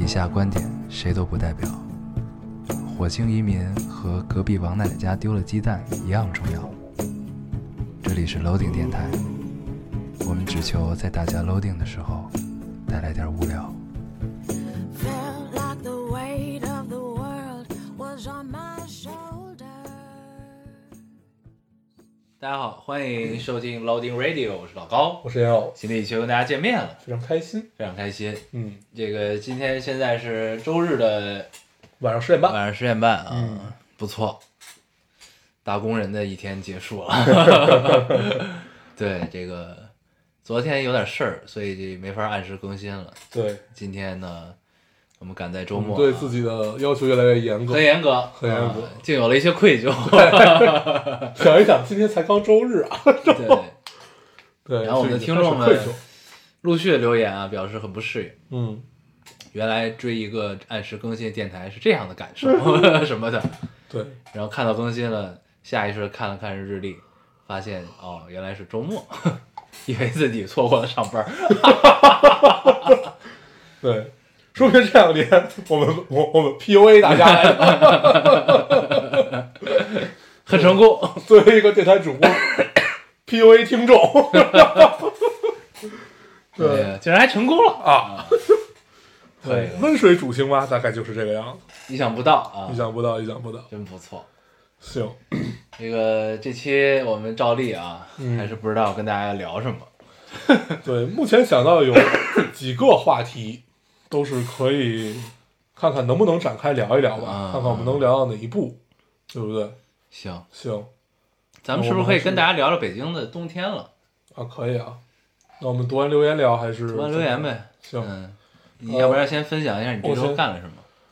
以下观点谁都不代表。火星移民和隔壁王奶奶家丢了鸡蛋一样重要。这里是 Loading 电台，我们只求在大家 Loading 的时候带来点无聊。大家好，欢迎收听 Loading Radio， 我是老高， 我是烟偶， 新的一期跟大家见面了， 非常开心， 非常开心。 这个今天现在是周日的晚上10点半， 晚上10点半啊，不错，打工人的一天结束了。对，这个昨天有点事儿，所以没法按时更新了。 对， 今天呢，我们赶在周末， 对自己的要求越来越严格， 很严格， 很严格， 竟有了一些愧疚。 想一想，今天才刚周日啊。对， 然后我们的听众们陆续留言啊，表示很不适应。原来追一个按时更新的电台是这样的感受什么的。对，然后看到更新了，下意识看了看日历，发现哦，原来是周末，以为自己错过了上班。 对，说明这2年我们 PUA 大家来了， 很成功。 作为一个电台主播，PUA 听众， 对，竟然还成功了啊！ 对，温水煮青蛙大概就是这个样子， 意想不到啊！ 意想不到， 真不错。 行， 这期我们照例啊，还是不知道跟大家聊什么。 对，目前想到有几个话题，都是可以看看能不能展开聊一聊吧，看看我们能聊到哪一步，对不对？ 行， 咱们是不是可以跟大家聊聊北京的冬天了？ 啊，可以啊。那我们读完留言聊还是？ 读完留言呗。 行。 你要不然先分享一下你这周干了什么？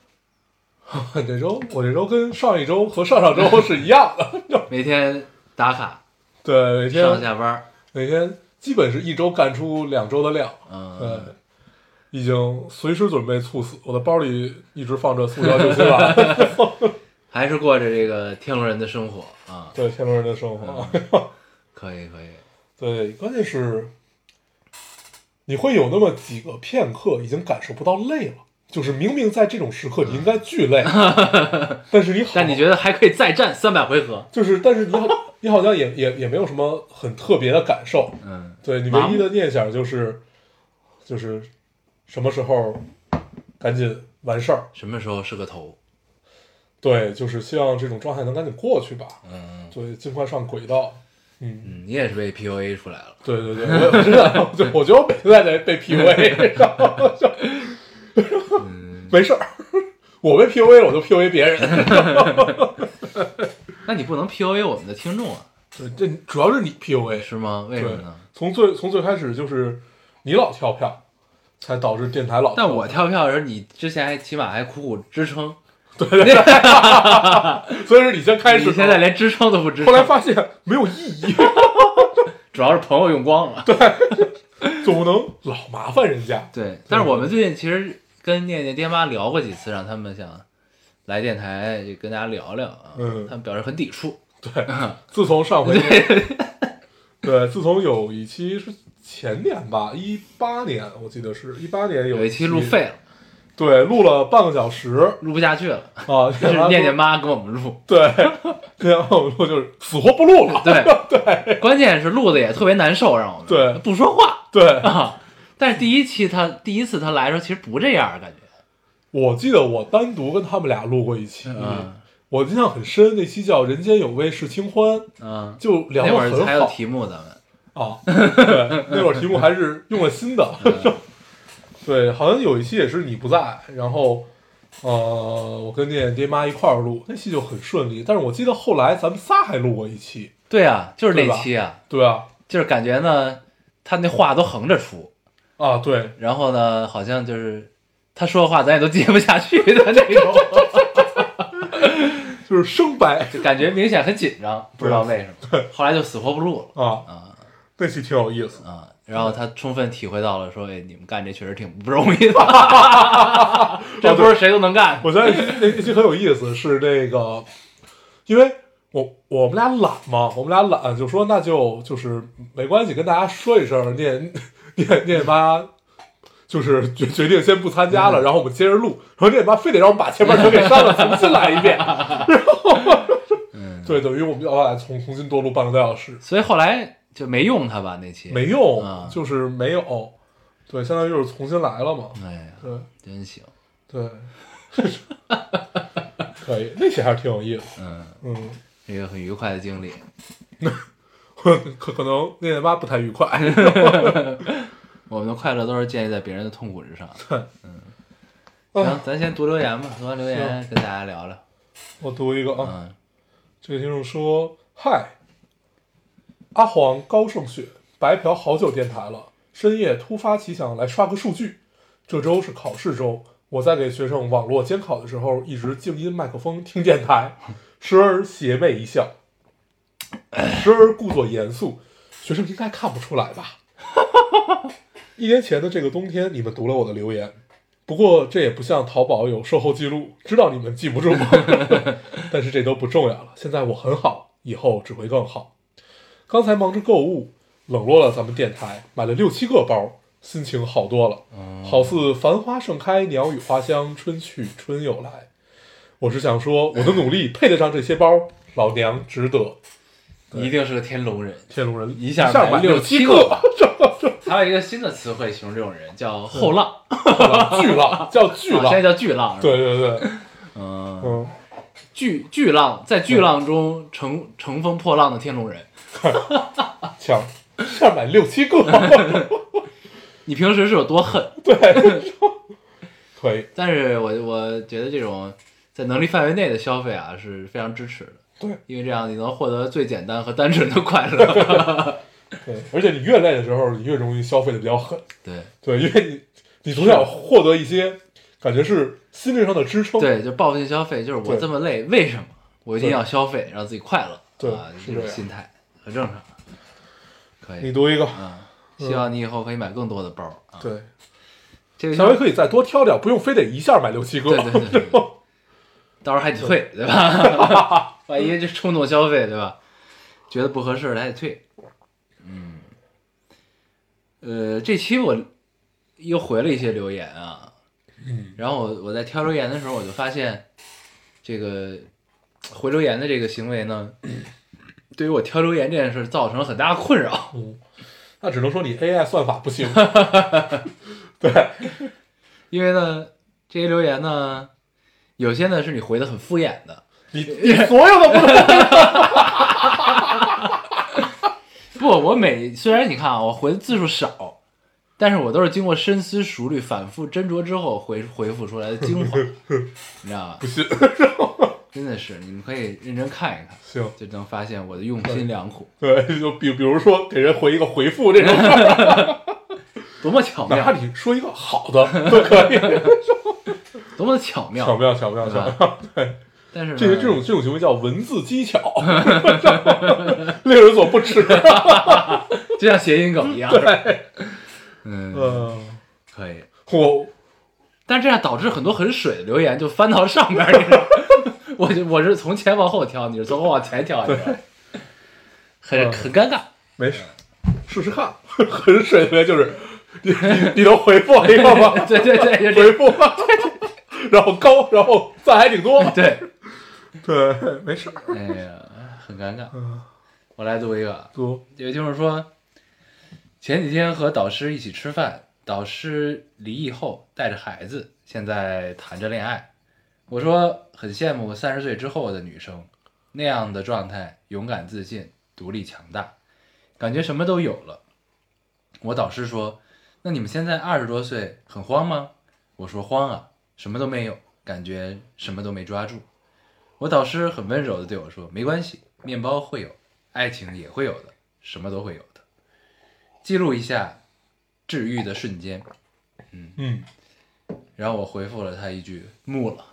我这周跟上一周和上上周是一样的， 每天打卡， 对，每天上下班， 每天基本是一周干出2周的量，对，已经随时准备猝死，我的包里一直放着塑料救心丸， 还是过着这个天龙人的生活啊？ 对，天龙人的生活， 可以， 对，关键是你会有那么几个片刻已经感受不到累了。就是明明在这种时刻你应该巨累，但你觉得还可以再战300回合， 但是你好像也没有什么很特别的感受，对，你唯一的念想就是什么时候赶紧完事儿， 什么时候是个头， 对，就是希望这种状态能赶紧过去吧，对，尽快上轨道。 你也是被 PUA 出来了， 对，我知道，我觉得我每天在被 PUA， 没事儿，我被 PUA 了，我就 PUA 别人。 那你不能 PUA 我们的听众啊？ 对，这主要是你 PUA 是吗？为什么呢？ 从最开始就是你老跳票，才导致电台老跳票。 但我跳票的时候，你之前起码还苦苦支撑。 对，所以是你先开始， 你现在连支撑都不支撑。 后来发现没有意义， 主要是朋友用光了。 对，总不能老麻烦人家。 对，但是我们最近其实跟念念爹妈聊过几次，让他们想来电台跟大家聊聊啊。他们表示很抵触。 对，自从上回对，自从有一期是前年吧，18年，我记得是18年有一期录废了。 对，录了半个小时， 录不下去了啊！ 就是念念妈跟我们录， 对，跟我们录就是死活不录了， 对，关键是录的也特别难受，让我们对不说话， 对啊。但是第一次他来的时候，其实不这样感觉。 我记得我单独跟他们俩录过一期，我印象很深，那期叫《人间有味是清欢》，就聊得很好。 那会儿还有题目，咱们对，那会儿题目还是用了新的。对，好像有一期也是你不在，然后，我跟念爹妈一块儿录，那期就很顺利。但是我记得后来咱们仨还录过一期。 对啊，就是那期啊。 对啊， 就是感觉呢，他那话都横着出啊，对。 然后呢，好像就是他说的话咱也都接不下去的那种， 就是生掰， 就感觉明显很紧张，不知道为什么。 对， 后来就死活不录了那期挺有意思啊。然后他充分体会到了说，你们干这确实挺不容易的，这不是谁都能干。 我觉得那期很有意思，是那个，因为我们俩懒嘛，就说那就是没关系，跟大家说一声，念妈就是决定先不参加了，然后我们接着录，然后这妈非得让我们把前面全给删了，重新来一遍，然后对，等于我们要重新多录半个多小时， 所以后来就没用它吧那期没用，就是没有，对，相当于就是重新来了嘛， 哎呀， 对， 真行， 对，可以，那期还是挺有意思， 一个很愉快的经历。 可能那天妈不太愉快， 我们的快乐都是建立在别人的痛苦之上。行，咱先读留言吧，读完留言跟大家聊聊。 我读一个啊，这个听众说：嗨，阿黄高胜雪，白嫖好久电台了，深夜突发奇想来刷个数据。这周是考试周，我在给学生网络监考的时候，一直静音麦克风听电台，时而邪魅一笑，时而故作严肃，学生应该看不出来吧？1年前的这个冬天，你们读了我的留言，不过这也不像淘宝有售后记录，知道你们记不住但是这都不重要了，现在我很好，以后只会更好。刚才忙着购物，冷落了咱们电台，买了6、7个包，心情好多了，好似繁花盛开，鸟语花香，春去春又来。我是想说，我的努力配得上这些包，老娘值得。 一定是个天龙人， 天龙人一下买 6、7个。还有一个新的词汇形容这种人，叫后浪， 巨浪，叫巨浪， 现在叫巨浪。 对对对， 巨浪，在巨浪中乘风破浪的天龙人， 强，一下买6、7个。 你平时是有多狠？ 对，可以。 但是我觉得这种在能力范围内的消费啊是非常支持的。 对， 因为这样你能获得最简单和单纯的快乐。 对，而且你越累的时候，你越容易消费的比较狠。 对对，因为你总想获得一些感觉是心灵上的支撑。 对，就报复性消费，就是我这么累，为什么我一定要消费，让自己快乐？ 对啊，这种心态很正常。可以， 你读一个啊，希望你以后可以买更多的包啊。 对， 这个下回可以再多挑点，不用非得一下买6、7个。 对，到时候还得退，对吧？万一这冲动消费，对吧？觉得不合适还得退。这期我又回了一些留言啊，然后我在挑留言的时候，我就发现这个回留言的这个行为呢，对于我挑留言这件事造成了很大的困扰。 那只能说你 AI 算法不行。对， 因为呢，这些留言呢，有些呢是你回的很敷衍的， 你所有的不能。 不，虽然你看啊，我回的字数少，但是我都是经过深思熟虑、反复斟酌之后回复出来的精华，你知道吧？ 不信， 真的是，你们可以认真看一看， 行， 就能发现我的用心良苦。 对，就比如说给人回一个回复这种事儿， 多么巧妙！ 哪怕你说一个好的都可以， 多么巧妙， 巧妙，对。 但是这种行为叫文字技巧，令人所不齿， 就像谐音梗一样。 对， 可以。 但这样导致很多很水的留言就翻到上面去了。我是从前往后挑，你是从后往前挑，很尴尬。 没事，试试看。很水的就是你都回复了一个吗？ 对， 回复了，然后高，然后赞还挺多。对，没事。 哎呀，很尴尬。我来读一个。有听众说，前几天和导师一起吃饭，导师离异后带着孩子，现在谈着恋爱。我说很羡慕30岁之后的女生，那样的状态，勇敢自信，独立强大，感觉什么都有了。我导师说，那你们现在20多岁，很慌吗？我说慌啊，什么都没有，感觉什么都没抓住。我导师很温柔的对我说，没关系，面包会有，爱情也会有的，什么都会有的。记录一下治愈的瞬间。然后我回复了他一句，木了。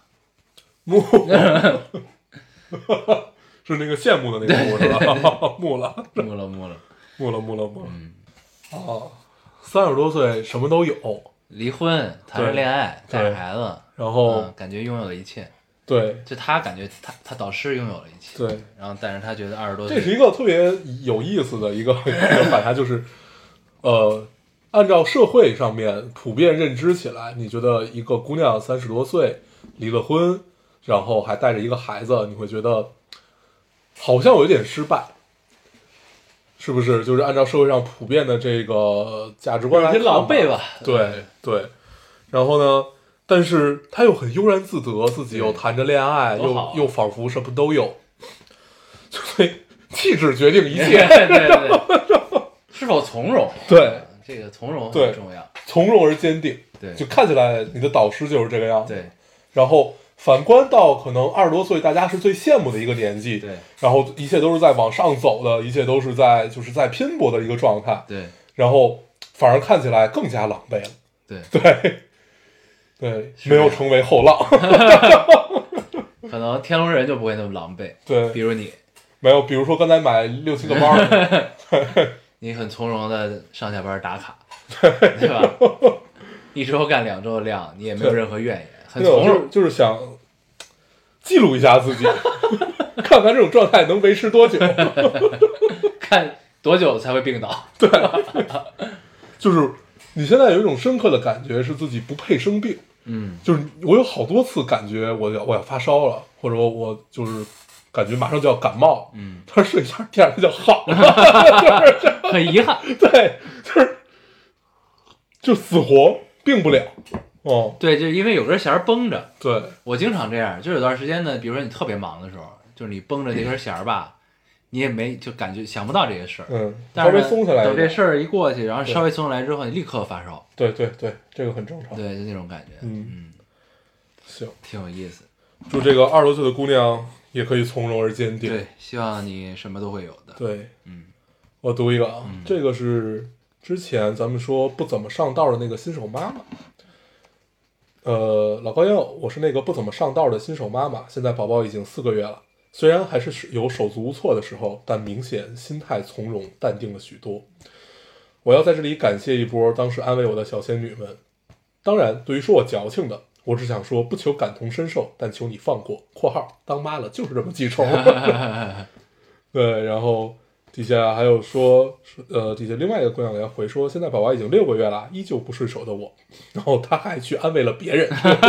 是那个羡慕的那个木是吧？木了。30多岁什么都有， 离婚，谈着恋爱，带着孩子， 然后感觉拥有了一切。 对， 就他感觉他导师拥有了一切。 对， 然后但是他觉得20多岁， 这是一个特别有意思的一个反差，就是按照社会上面普遍认知起来，你觉得一个姑娘30多岁离了婚，然后还带着一个孩子，你会觉得好像有点失败，是不是？就是按照社会上普遍的这个价值观来看， 有些狼狈吧。 对对。然后呢，但是他又很悠然自得，自己又谈着恋爱，又仿佛什么都有，所以气质决定一切。 对，是否从容？ 对， 这个从容很重要， 从容而坚定。 对， 就看起来你的导师就是这个样子。 对， 然后反观到可能20多岁，大家是最羡慕的一个年纪。 对， 然后一切都是在往上走的，一切都是在在拼搏的一个状态。 对， 然后反而看起来更加狼狈了。 对对对，没有成为后浪。 可能天龙人就不会那么狼狈。 对， 比如你没有，比如说刚才买6、7个包， 你很从容的上下班打卡，对吧？1周干2周的量，你也没有任何怨言，很从容。 就是想记录一下自己，看看这种状态能维持多久， 看多久才会病倒。 对，就是你现在有一种深刻的感觉，是自己不配生病。就是我有好多次感觉我要发烧了，或者我就是感觉马上就要感冒，但是睡一下第2天就好了，就是很遗憾。 对，就死活病不了。哦， 对，就因为有根弦绷着。 对， 我经常这样，就有段时间呢，比如说你特别忙的时候，就是你绷着这根弦吧，你也没就感觉想不到这些事儿。但是稍微松下来， 等这事儿一过去，然后稍微松下来之后，你立刻发烧。 对对对，这个很正常。 对，就那种感觉。 行， 挺有意思。 祝这个20多岁的姑娘也可以从容而坚定。 对，希望你什么都会有的。 对，我读一个啊，这个是之前咱们说不怎么上道的那个新手妈妈。老高烟友，我是那个不怎么上道的新手妈妈，现在宝宝已经4个月了，虽然还是有手足无措的时候，但明显心态从容淡定了许多。我要在这里感谢一波当时安慰我的小仙女们。当然，对于说我矫情的，我只想说不求感同身受，但求你放过（括号当妈了就是这么记仇）。对，然后底下还有说，底下另外一个姑娘来回说，现在宝宝已经6个月了，依旧不顺手的我，然后他还去安慰了别人，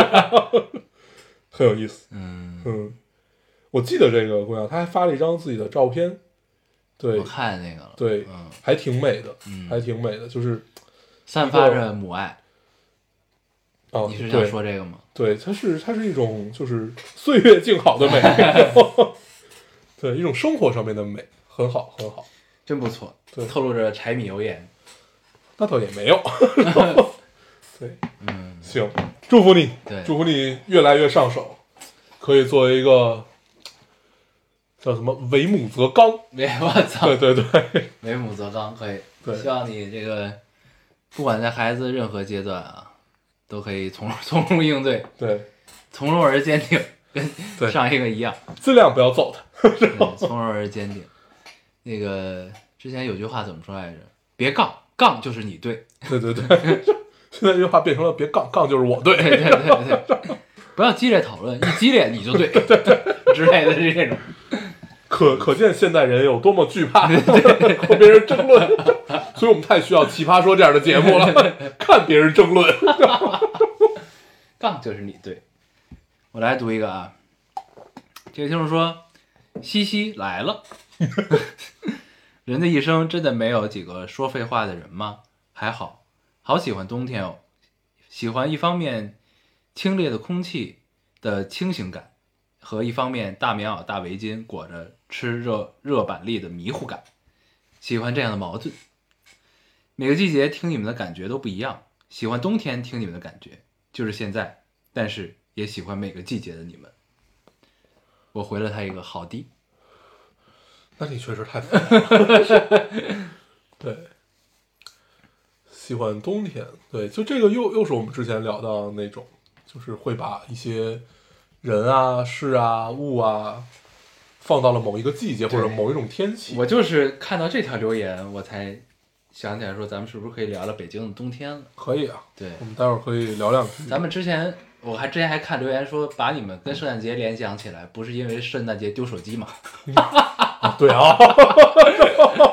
很有意思。我记得这个姑娘，她还发了一张自己的照片。对， 我看那个了。 对，还挺美的，还挺美的，就是散发着母爱。 哦， 你是想说这个吗？ 对，它是一种就是岁月静好的美。对，一种生活上面的美，很好很好， 真不错。 对， 透露着柴米油盐。 那倒也没有。对，行，祝福你， 对， 祝福你越来越上手，可以作为一个叫什么为母则刚。 我操！ 对对对， 为母则刚可以。 对， 希望你这个不管在孩子任何阶段啊，都可以从容应对。 对， 从容而坚定，跟上一个一样， 尽量不要揍他。 从容而坚定。那个之前有句话怎么说来着？别杠，杠就是你对。 对对对，现在这句话变成了别杠，杠就是我对。 对对对对，不要激烈讨论，一激烈你就对，之类的这种。 可见现代人有多么惧怕和别人争论，所以我们太需要《奇葩说》这样的节目了，看别人争论。 杠就是你对。我来读一个啊，这个听众说：“西西来了。”人的一生真的没有几个说废话的人吗？还好，好喜欢冬天哦。喜欢一方面清冽的空气的清醒感，和一方面大棉袄大围巾裹着吃热板栗的迷糊感。喜欢这样的矛盾。每个季节听你们的感觉都不一样，喜欢冬天听你们的感觉就是现在，但是也喜欢每个季节的你们。我回了他一个好的。 那你确实太烦了。对，喜欢冬天，对，就这个又是我们之前聊到的那种，就是会把一些人啊、事啊、物啊放到了某一个季节或者某一种天气。 我就是看到这条留言，我才想起来说，咱们是不是可以聊聊北京的冬天了？ 可以啊， 对， 我们待会儿可以聊两句。 咱们之前还看留言说，把你们跟圣诞节联想起来，不是因为圣诞节丢手机吗？ 对啊，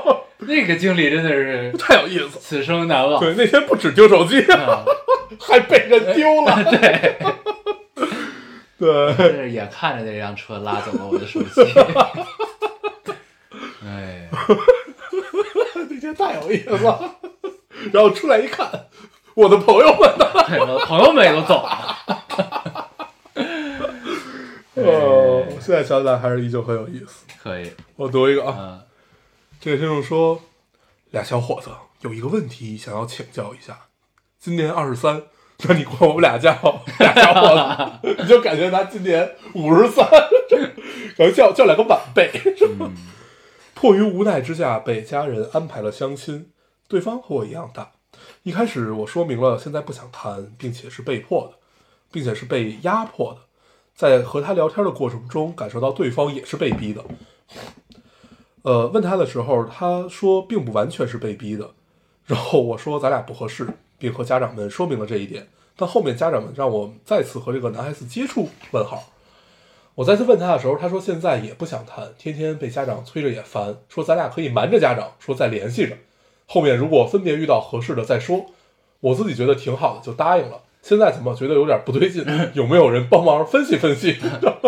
那个经历真的是太有意思， 此生难忘。 对，那天不止丢手机，还被人丢了。 对对， 真是眼看着那辆车拉走了我的手机。哎， 那天太有意思了。然后出来一看，我的朋友们呢？ 对，我的朋友们也都走了。 现在想起来还是依旧很有意思。 可以， 我读一个啊。这个听众说，俩小伙子有一个问题想要请教一下。今年23，那你管我们俩叫俩小伙子，你就感觉他今年53，然后叫两个晚辈。迫于无奈之下，被家人安排了相亲，对方和我一样大。一开始我说明了现在不想谈，并且是被迫的，并且是被压迫的。在和他聊天的过程中，感受到对方也是被逼的。问他的时候，他说并不完全是被逼的。然后我说咱俩不合适，并和家长们说明了这一点。但后面家长们让我再次和这个男孩子接触？问号。我再次问他的时候，他说现在也不想谈，天天被家长催着也烦，说咱俩可以瞒着家长，说再联系着，后面如果分别遇到合适的再说。我自己觉得挺好的，就答应了。现在怎么觉得有点不对劲？有没有人帮忙分析分析？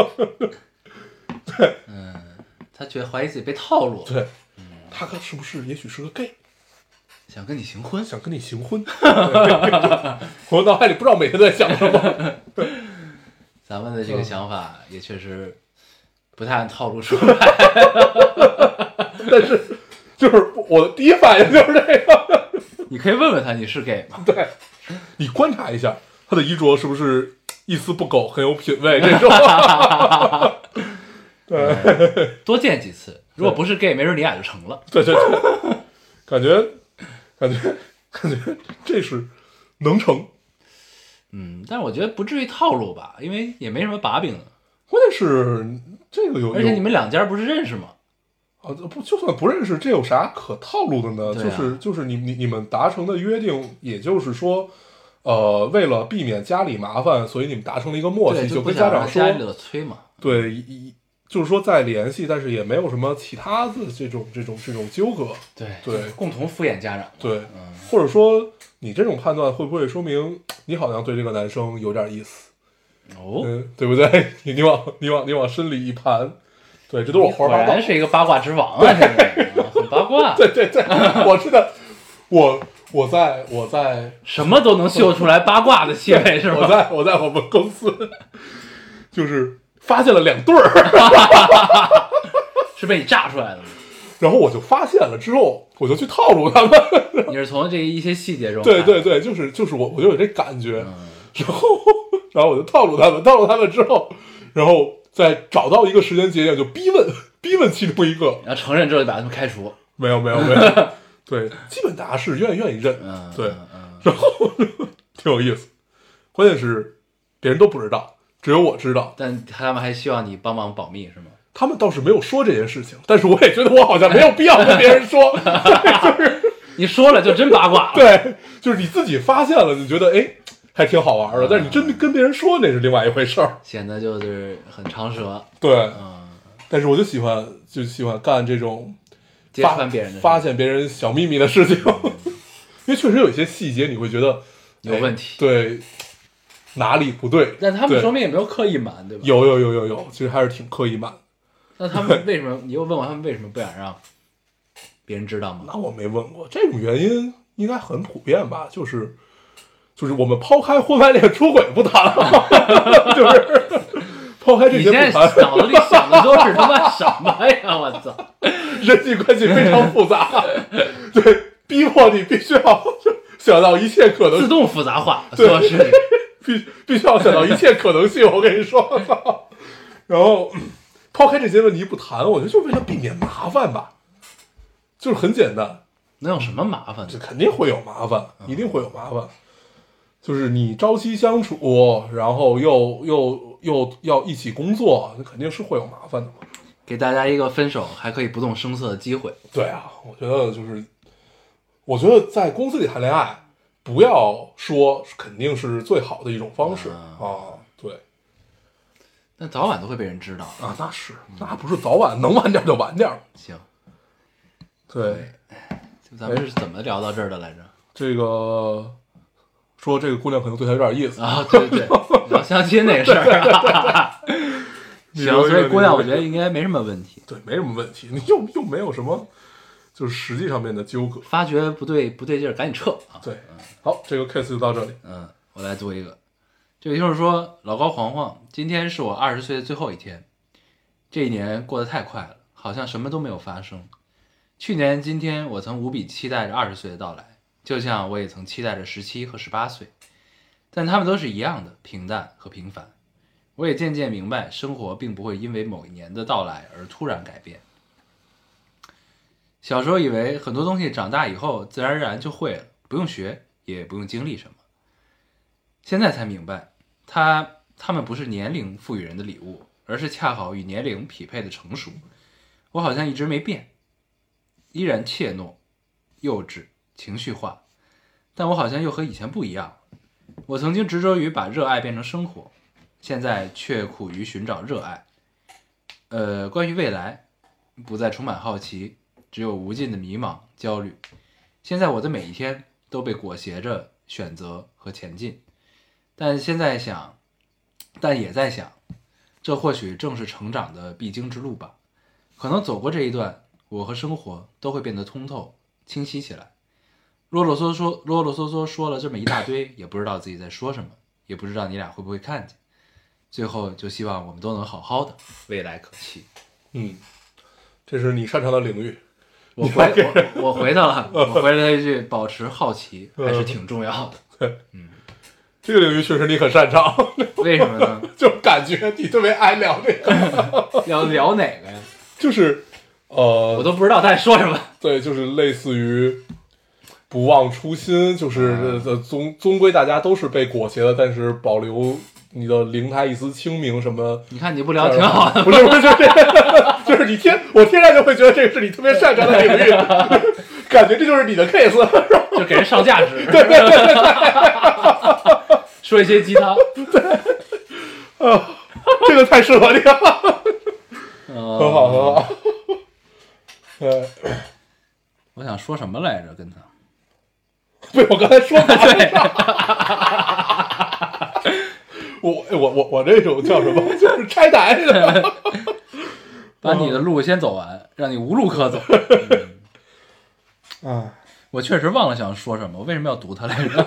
对， 他觉得怀疑自己被套路了。 对，他是不是也许是个 gay， 想跟你行婚？ 想跟你行婚？我脑海里不知道每天在想什么。 咱们的这个想法也确实不太按套路出牌。 但是就是我的第一反应就是这个。 你可以问问他你是 gay 吗？ 对，你观察一下他的衣着是不是一丝不苟，很有品味这种。对， 多见几次，如果不是 gay，没准你俩就成了。 对对对，感觉这是能成。 但是我觉得不至于套路吧，因为也没什么把柄的。 关键是这个有， 而且你们两家不是认识吗？ 不，就算不认识，这有啥可套路的呢？就是你们达成的约定，也就是说，为了避免家里麻烦，所以你们达成了一个默契，就跟家长说， 家里催嘛。 对，就是说再联系，但是也没有什么其他的这种纠葛。对， 共同敷衍家长。 对，或者说你这种判断会不会说明你好像对这个男生有点意思？对不对？你往深里一盘。对，这都是我胡说八道。 果然是一个八卦之王啊，这个很八卦。 对，我知道，我在什么都能嗅出来八卦的气味是吧？ 我在我们公司就是发现了2对儿， 是被你炸出来的吗？ 然后我就发现了之后，我就去套路他们。 你是从这一些细节中？ 对，就是我就有这感觉，然后我就套路他们之后，然后再找到一个时间节点就逼问其中一个， 然后承认之后就把他们开除。 没有，对，基本大家是愿意认，对，然后挺有意思，关键是别人都不知道，只有我知道， 但他们还希望你帮忙保密是吗？ 他们倒是没有说这件事情，但是我也觉得我好像没有必要跟别人说，就是你说了就真八卦了。 对，就是你自己发现了，你觉得哎还挺好玩的，但是你真跟别人说那是另外一回事儿， 显得就是很长舌。 对，但是我就喜欢干这种揭穿别人的发现别人小秘密的事情，因为确实有一些细节你会觉得有问题， 对，哪里不对？ 但他们说明也没有刻意瞒，对吧？ 有，其实还是挺刻意瞒。 那他们为什么？你又问我他们为什么不想让别人知道吗？ 那我没问过，这种原因应该很普遍吧？就是我们抛开婚外恋、出轨不谈，就是抛开这些不谈。 你现在脑子里想的都是他妈什么呀？我操！ 人际关系非常复杂，对，逼迫你必须要想到一切可能， 自动复杂化所有事情， 必须要想到一切可能性。我跟你说，然后抛开这些问题不谈，我觉得就是为了避免麻烦吧，就是很简单。 能有什么麻烦？ 这肯定会有麻烦，一定会有麻烦。就是你朝夕相处，然后又要一起工作，那肯定是会有麻烦的嘛。 给大家一个分手还可以不动声色的机会。 对啊，我觉得在公司里谈恋爱，不要说肯定是最好的一种方式啊。对， 但早晚都会被人知道啊。那不是早晚，能晚点就晚点。 行， 对， 咱们是怎么聊到这儿的来着？ 这个说这个姑娘可能对他有点意思啊，对对，聊相亲那个事儿。行，所以姑娘我觉得应该没什么问题。 对，没什么问题，你又没有什么就是实际上面的纠葛。 发觉不对劲儿，赶紧撤啊！ 对，好，这个 case 就到这里。 我来读一个。这个就是说，老高黄黄，今天是我20岁的最后一天，这一年过得太快了，好像什么都没有发生。去年今天，我曾无比期待着20岁的到来，就像我也曾期待着17和18岁，但他们都是一样的平淡和平凡。我也渐渐明白，生活并不会因为某一年的到来而突然改变。小时候以为很多东西长大以后自然而然就会了，不用学，也不用经历什么。现在才明白，他们不是年龄赋予人的礼物，而是恰好与年龄匹配的成熟。我好像一直没变，依然怯懦、幼稚、情绪化，但我好像又和以前不一样。我曾经执着于把热爱变成生活，现在却苦于寻找热爱。关于未来，不再充满好奇，只有无尽的迷茫、焦虑。现在我的每一天都被裹挟着选择和前进，但也在想，这或许正是成长的必经之路吧。可能走过这一段，我和生活都会变得通透、清晰起来。啰啰嗦嗦说了这么一大堆，也不知道自己在说什么，也不知道你俩会不会看见。最后就希望我们都能好好的，未来可期。 这是你擅长的领域。 我回到了，我回了他一句：保持好奇还是挺重要的。 对，这个领域确实你很擅长。 为什么呢？ 就感觉你特别爱聊这个。 聊哪个呀？ 就是我都不知道他在说什么。 对，就是类似于不忘初心，就是终归大家都是被裹挟的，但是保留你的灵台一丝清明什么。 你看你不聊挺好的。 不是就是我天然就会觉得这个是你特别擅长的领域，感觉这就是你的 case， 就给人上价值。 对， 说一些鸡汤。 对，这个太适合你了。很好。 我想说什么来着？跟他。 对，我刚才说的。 对。 我这种叫什么？就是拆台的。 把你的路先走完，让你无路可走。我确实忘了想说什么，我为什么要读它来着？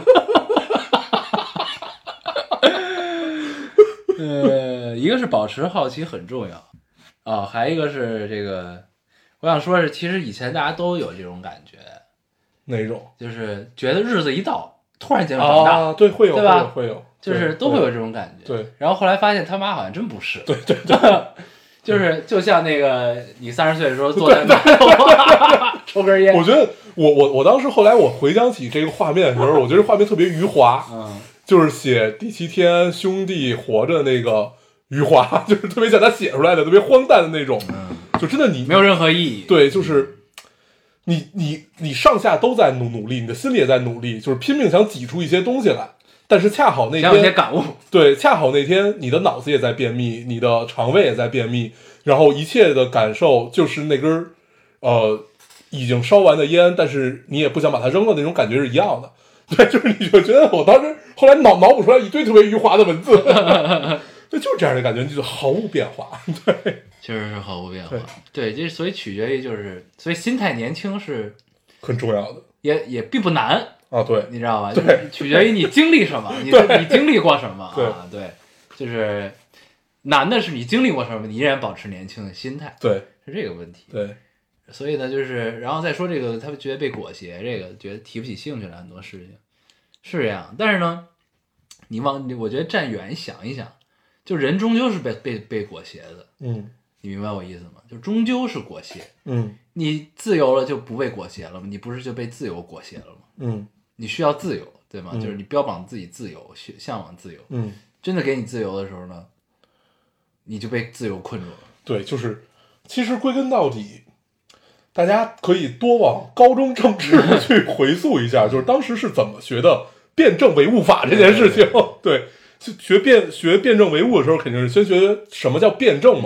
一个是保持好奇很重要还一个是这个，我想说是，其实以前大家都有这种感觉。 哪种？ 就是觉得日子一到，突然间长大。 对，会有， 对吧？ 会有， 就是都会有这种感觉。 对。 然后后来发现他妈好像真不是。 对。 就像那个你30岁的时候坐在那抽根烟。 我觉得我当时后来我回想起这个画面的时候，我觉得画面特别余华。就是写第7天兄弟活着那个余华，就是特别像他写出来的，特别荒诞的那种。就真的你没有任何意义。 对，就是你上下都在努力，你的心里也在努力，就是拼命想挤出一些东西来。但是恰好那天想有些感悟。 对，恰好那天你的脑子也在便秘，你的肠胃也在便秘，然后一切的感受就是那根已经烧完的烟，但是你也不想把它扔了，那种感觉是一样的。对，就是你就觉得我当时后来脑补出来一堆特别余华的文字。对，就是这样的感觉，就是毫无变化。对， 确实是毫无变化。对，这所以取决于所以心态年轻是很重要的， 也并不难。 对， 你知道吧？ 对， 取决于你经历什么，你经历过什么对，就是难的是你经历过什么，你依然保持年轻的心态， 对， 是这个问题。 对， 所以呢，就是然后再说这个，他们觉得被裹挟，这个觉得提不起兴趣了，很多事情是这样。但是呢，我觉得站远想一想，就人终究是被裹挟的。你明白我意思吗？就终究是裹挟。你自由了就不被裹挟了吗？你不是就被自由裹挟了吗？你需要自由，对吗？就是你标榜自己自由，向往自由。真的给你自由的时候呢，你就被自由困住了。 对，就是其实归根到底，大家可以多往高中政治去回溯一下，就是当时是怎么学的辩证唯物法这件事情。对，学辩证唯物的时候，肯定是先学什么叫辩证嘛。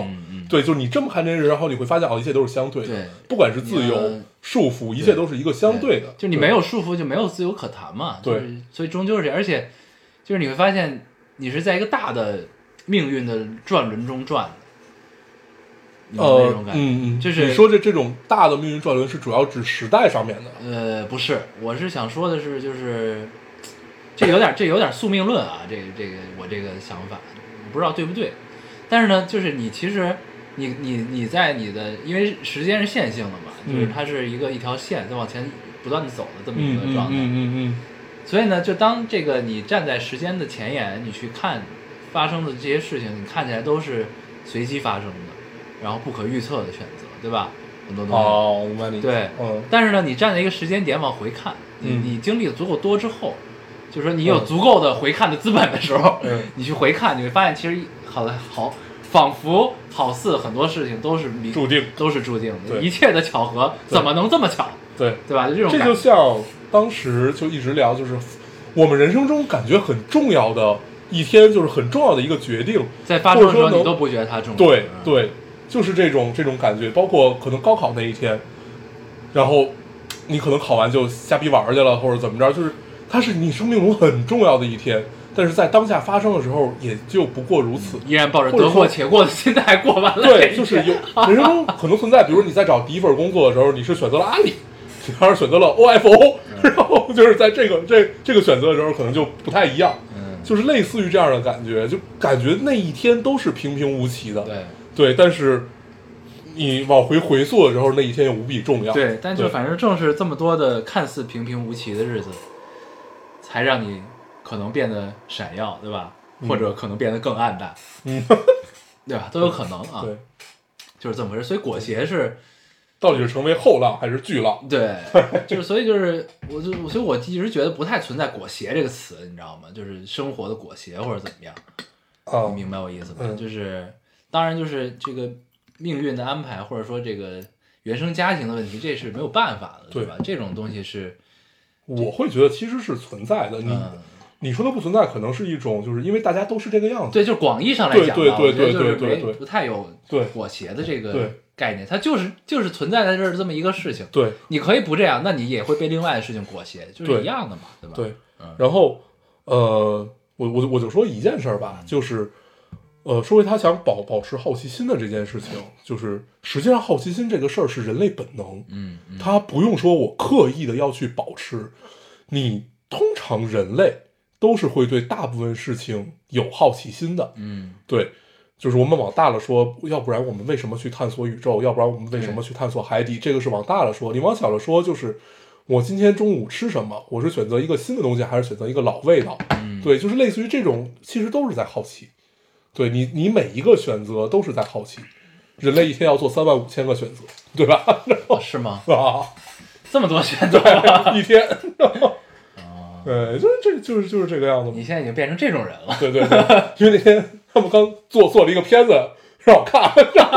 对，就是你这么看这件事，然后你会发现一切都是相对的， 对， 不管是自由、束缚，一切都是一个相对的。 就你没有束缚，就没有自由可谈嘛。 对， 所以终究是这样，而且就是你会发现，你是在一个大的命运的转轮中转的。那种感觉，就是你说这种大的命运转轮是主要指时代上面的。 不是，我是想说的是，就是这有点宿命论啊，这个我这个想法，我不知道对不对。但是呢，就是你其实你在你的，因为时间是线性的嘛，就是它是一条线在往前不断的走的这么一个状态。所以呢，就当这个你站在时间的前沿，你去看发生的这些事情，你看起来都是随机发生的。然后不可预测的选择，对吧？很多东西。 哦，明白你。 对，但是呢，你站在一个时间点往回看，你经历的足够多之后，就是说你有足够的回看的资本的时候，你去回看，你会发现其实仿佛好似很多事情都是注定的，一切的巧合怎么能这么巧？对吧？就这种感觉。 这就像当时就一直聊，就是我们人生中感觉很重要的一天，就是很重要的一个决定， 在发生的时候你都不觉得它重要。 对。就是这种感觉，包括可能高考那一天，然后你可能考完就瞎逼玩去了，或者怎么着，就是它是你生命中很重要的一天，但是在当下发生的时候也就不过如此， 依然抱着得过且过的心态过完了。 对，就是有人生中可能存在，比如你在找第一份工作的时候，你是选择了阿里，你还是选择了 OFO，然后就是在这个选择的时候可能就不太一样，就是类似于这样的感觉，就感觉那一天都是平平无奇的。对，但是你往回溯的时候，那一天又无比重要。 对，但就反正正是这么多的看似平平无奇的日子，才让你可能变得闪耀，对吧？或者可能变得更暗淡，对吧？都有可能啊。 对， 就是这么回事。所以裹挟是到底是成为后浪还是巨浪？ 对，就是所以我一直觉得不太存在裹挟这个词，你知道吗？就是生活的裹挟或者怎么样。你明白我意思吗？就是当然就是这个命运的安排，或者说这个原生家庭的问题，这是没有办法的，对吧？这种东西是， 我会觉得其实是存在的。你说的不存在，可能是一种就是因为大家都是这个样子。 对，就是广义上来讲， 对， 不太有裹挟的这个概念，它就是存在在这儿这么一个事情。 对， 你可以不这样，那你也会被另外的事情裹挟，就是一样的嘛，对吧？ 对，然后我就说一件事儿吧，就是说回他想保持好奇心的这件事情，就是实际上好奇心这个事儿是人类本能，他不用说我刻意的要去保持，你通常人类都是会对大部分事情有好奇心的，对，就是我们往大了说，要不然我们为什么去探索宇宙？要不然我们为什么去探索海底？这个是往大了说，你往小了说，就是我今天中午吃什么？我是选择一个新的东西，还是选择一个老味道？对，就是类似于这种，其实都是在好奇。对你每一个选择都是在好奇。人类一天要做35000个选择，对吧？ 是吗？ 啊， 这么多选择， 一天。对，就是这个样子。 你现在已经变成这种人了。 对，因为那天他们刚做了一个片子让我看，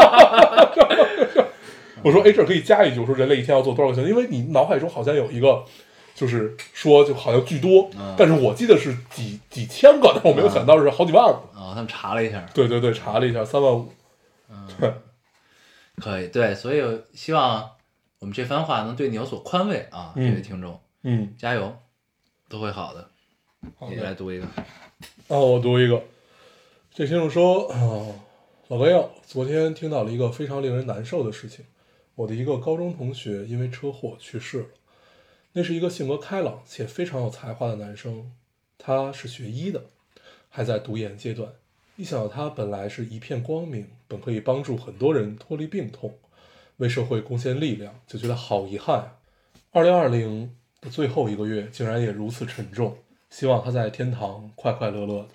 我说这可以加一句，我说人类一天要做多少个选择？因为你脑海中好像有一个，就是说就好像巨多，但是我记得是几千个，但我没有想到是好几万个。 他们查了一下。 对，查了一下35000。对， 可以，对，所以希望我们这番话能对你有所宽慰啊，这位听众，加油，都会好的。你来读一个。 我读一个。这听众说，老朋友，昨天听到了一个非常令人难受的事情，我的一个高中同学因为车祸去世了。那是一个性格开朗且非常有才华的男生，他是学医的，还在读研阶段。一想到他本来是一片光明，本可以帮助很多人脱离病痛，为社会贡献力量，就觉得好遗憾啊。2020的最后一个月竟然也如此沉重，希望他在天堂快快乐乐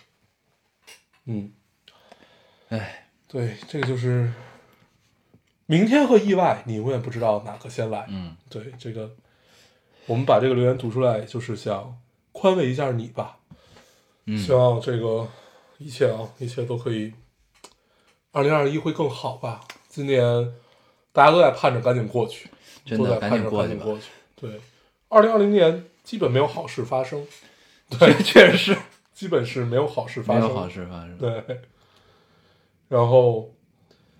的。对，这个就是明天和意外，你永远不知道哪个先来。对，这个我们把这个留言读出来，就是想宽慰一下你吧。希望这个一切都可以，2021会更好吧。今年大家都在盼着赶紧过去， 真的赶紧过去。 对，2020年基本没有好事发生。对， 确实是， 基本是没有好事发生。 没有好事发生。 对，然后，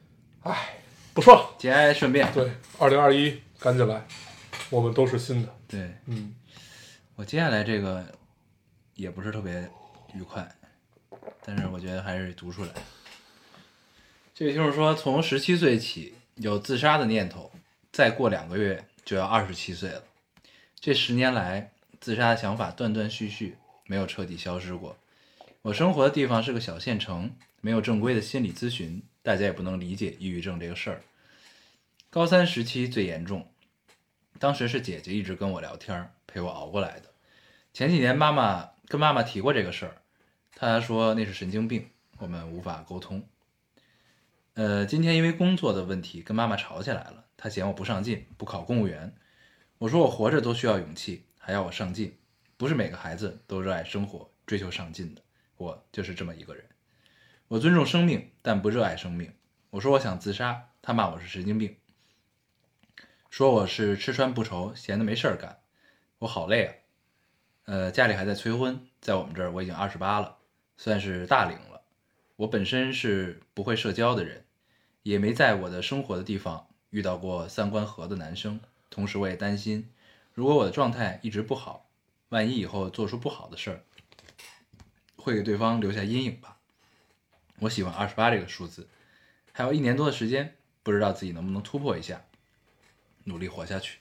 唉，不说了， 节哀顺变。 对，2021赶紧来，我们都是新的。 对，我接下来这个也不是特别愉快，但是我觉得还是读出来。这位听众说，从17岁起有自杀的念头，再过2个月就要27岁了。这10年来，自杀的想法断断续续，没有彻底消失过。我生活的地方是个小县城，没有正规的心理咨询，大家也不能理解抑郁症这个事儿。高3时期最严重，当时是姐姐一直跟我聊天，陪我熬过来的。前几年妈妈提过这个事儿，她说那是神经病，我们无法沟通。今天因为工作的问题跟妈妈吵起来了，她嫌我不上进，不考公务员。我说我活着都需要勇气，还要我上进，不是每个孩子都热爱生活，追求上进的，我就是这么一个人。我尊重生命，但不热爱生命。我说我想自杀，她骂我是神经病，说我是吃穿不愁，闲得没事儿干。我好累啊。家里还在催婚，在我们这儿我已经28了，算是大龄了。我本身是不会社交的人，也没在我的生活的地方遇到过3观合的男生。同时我也担心，如果我的状态一直不好，万一以后做出不好的事儿，会给对方留下阴影吧。我喜欢28这个数字，还有1年多的时间，不知道自己能不能突破一下，努力活下去。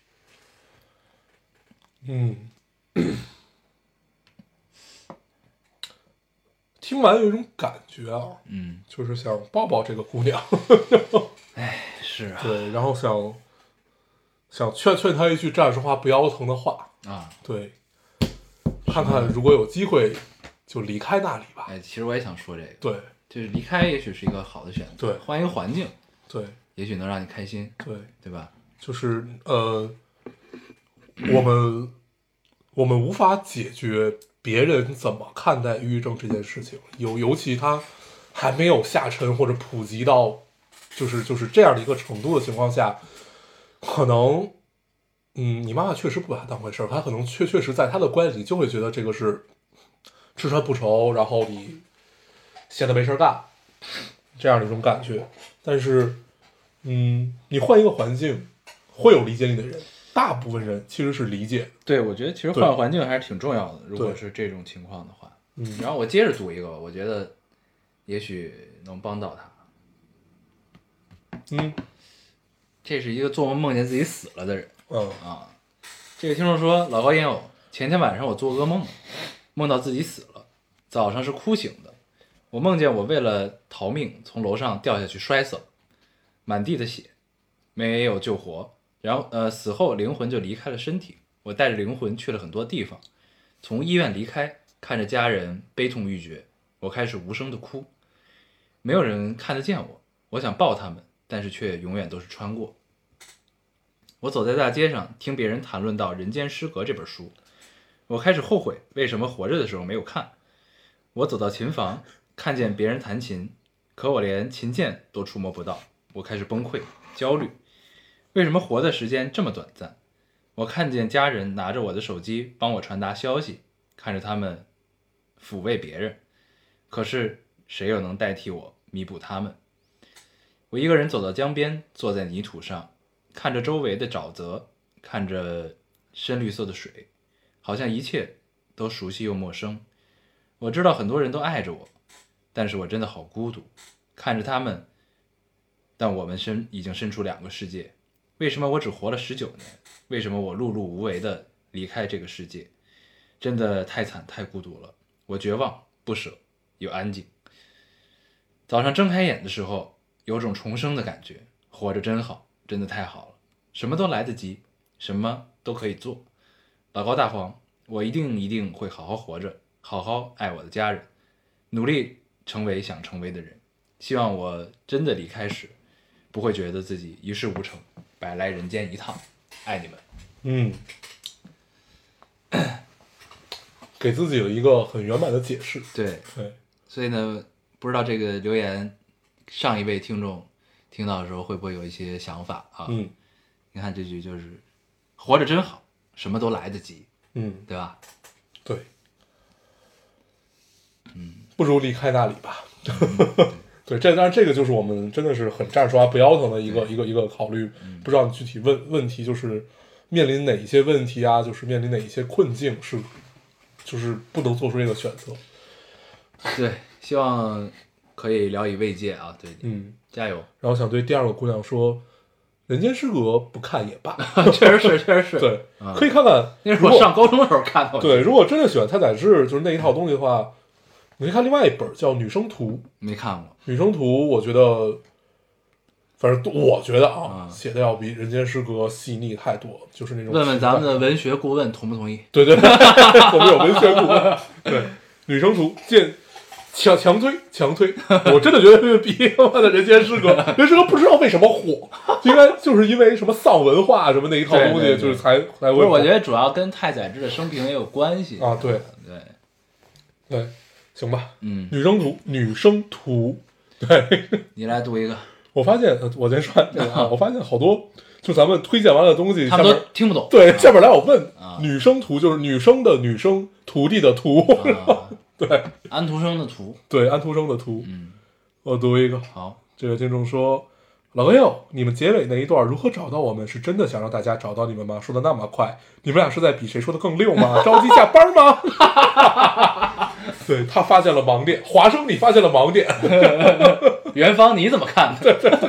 听完有一种感觉啊，就是想抱抱这个姑娘。 哎，是啊， 对，然后想劝她一句站着话不腰疼的话啊， 对，看看如果有机会就离开那里吧。 哎，其实我也想说这个， 对， 就是离开也许是一个好的选择， 对， 换一个环境， 对， 也许能让你开心， 对， 对吧？ 就是我们无法解决别人怎么看待抑郁症这件事情，尤其他还没有下沉或者普及到就是这样的一个程度的情况下，可能你妈妈确实不把它当回事儿，她可能确实在她的观念里就会觉得这个是吃穿不愁，然后你闲得没事干这样的一种感觉。但是你换一个环境，会有理解你的人，大部分人其实是理解的。 对，我觉得其实换环境还是挺重要的，如果是这种情况的话。然后我接着读一个，我觉得也许能帮到他。这是一个做梦梦见自己死了的人。这个听众说，老高烟友，前天晚上我做噩梦，梦到自己死了，早上是哭醒的。我梦见我为了逃命从楼上掉下去摔死了，满地的血，没有救活。然后死后灵魂就离开了身体，我带着灵魂去了很多地方，从医院离开，看着家人悲痛欲绝，我开始无声的哭，没有人看得见我，我想抱他们，但是却永远都是穿过。我走在大街上，听别人谈论到《人间失格》这本书，我开始后悔为什么活着的时候没有看。我走到琴房，看见别人弹琴，可我连琴键都触摸不到，我开始崩溃焦虑，为什么活的时间这么短暂？我看见家人拿着我的手机帮我传达消息，看着他们抚慰别人，可是谁又能代替我弥补他们？我一个人走到江边，坐在泥土上，看着周围的沼泽，看着深绿色的水，好像一切都熟悉又陌生。我知道很多人都爱着我，但是我真的好孤独，看着他们，但我们已经身处2个世界。为什么我只活了19年？为什么我碌碌无为的离开这个世界？真的太惨太孤独了，我绝望不舍又安静。早上睁开眼的时候，有种重生的感觉，活着真好，真的太好了，什么都来得及，什么都可以做。老高大黄，我一定会好好活着，好好爱我的家人，努力成为想成为的人。希望我真的离开时，不会觉得自己一事无成，白来人间一趟。爱你们。 给自己有一个很圆满的解释。 对，所以呢，不知道这个留言上一位听众听到的时候会不会有一些想法啊？你看这句就是活着真好，什么都来得及，对吧？ 对，不如离开那里吧。 对，当然这个就是我们真的是很站着说话不腰疼的一个考虑。不知道你具体问题就是面临哪一些问题啊，就是面临哪一些困境就是不能做出这个选择。 对，希望可以聊以慰藉啊。对，加油。 然后想对第二个姑娘说，人间失格不看也罢。 确实是。 对，可以看看。 那是我上高中的时候看的。 对，如果真的喜欢太宰治就是那一套东西的话，你可以看另外一本叫《女生图》。 没看过。 女生图我觉得，反正我觉得写的要比人间失格细腻太多，就是那种。 问问咱们的文学顾问同不同意？ 对，我们有文学顾问。对，女生图强推，我真的觉得比他妈的人间失格，人间失格不知道为什么火，应该就是因为什么丧文化什么那一套东西，就是才会。不是，我觉得主要跟太宰治的生平也有关系啊。对，行吧。女生图，对， 你来读一个。 我发现，我先说这个我发现好多就咱们推荐完的东西， 他们都听不懂。 对，下边来我问，女生图就是女生的女生，徒弟的徒。对， 安徒生的图。 对，安徒生的图。我读一个。 好， 这个听众说，老朋友，你们结尾那一段如何找到我们？是真的想让大家找到你们吗？说的那么快，你们俩是在比谁说的更溜吗？着急下班吗？对，他发现了盲点，华生，你发现了盲点。 元芳，你怎么看？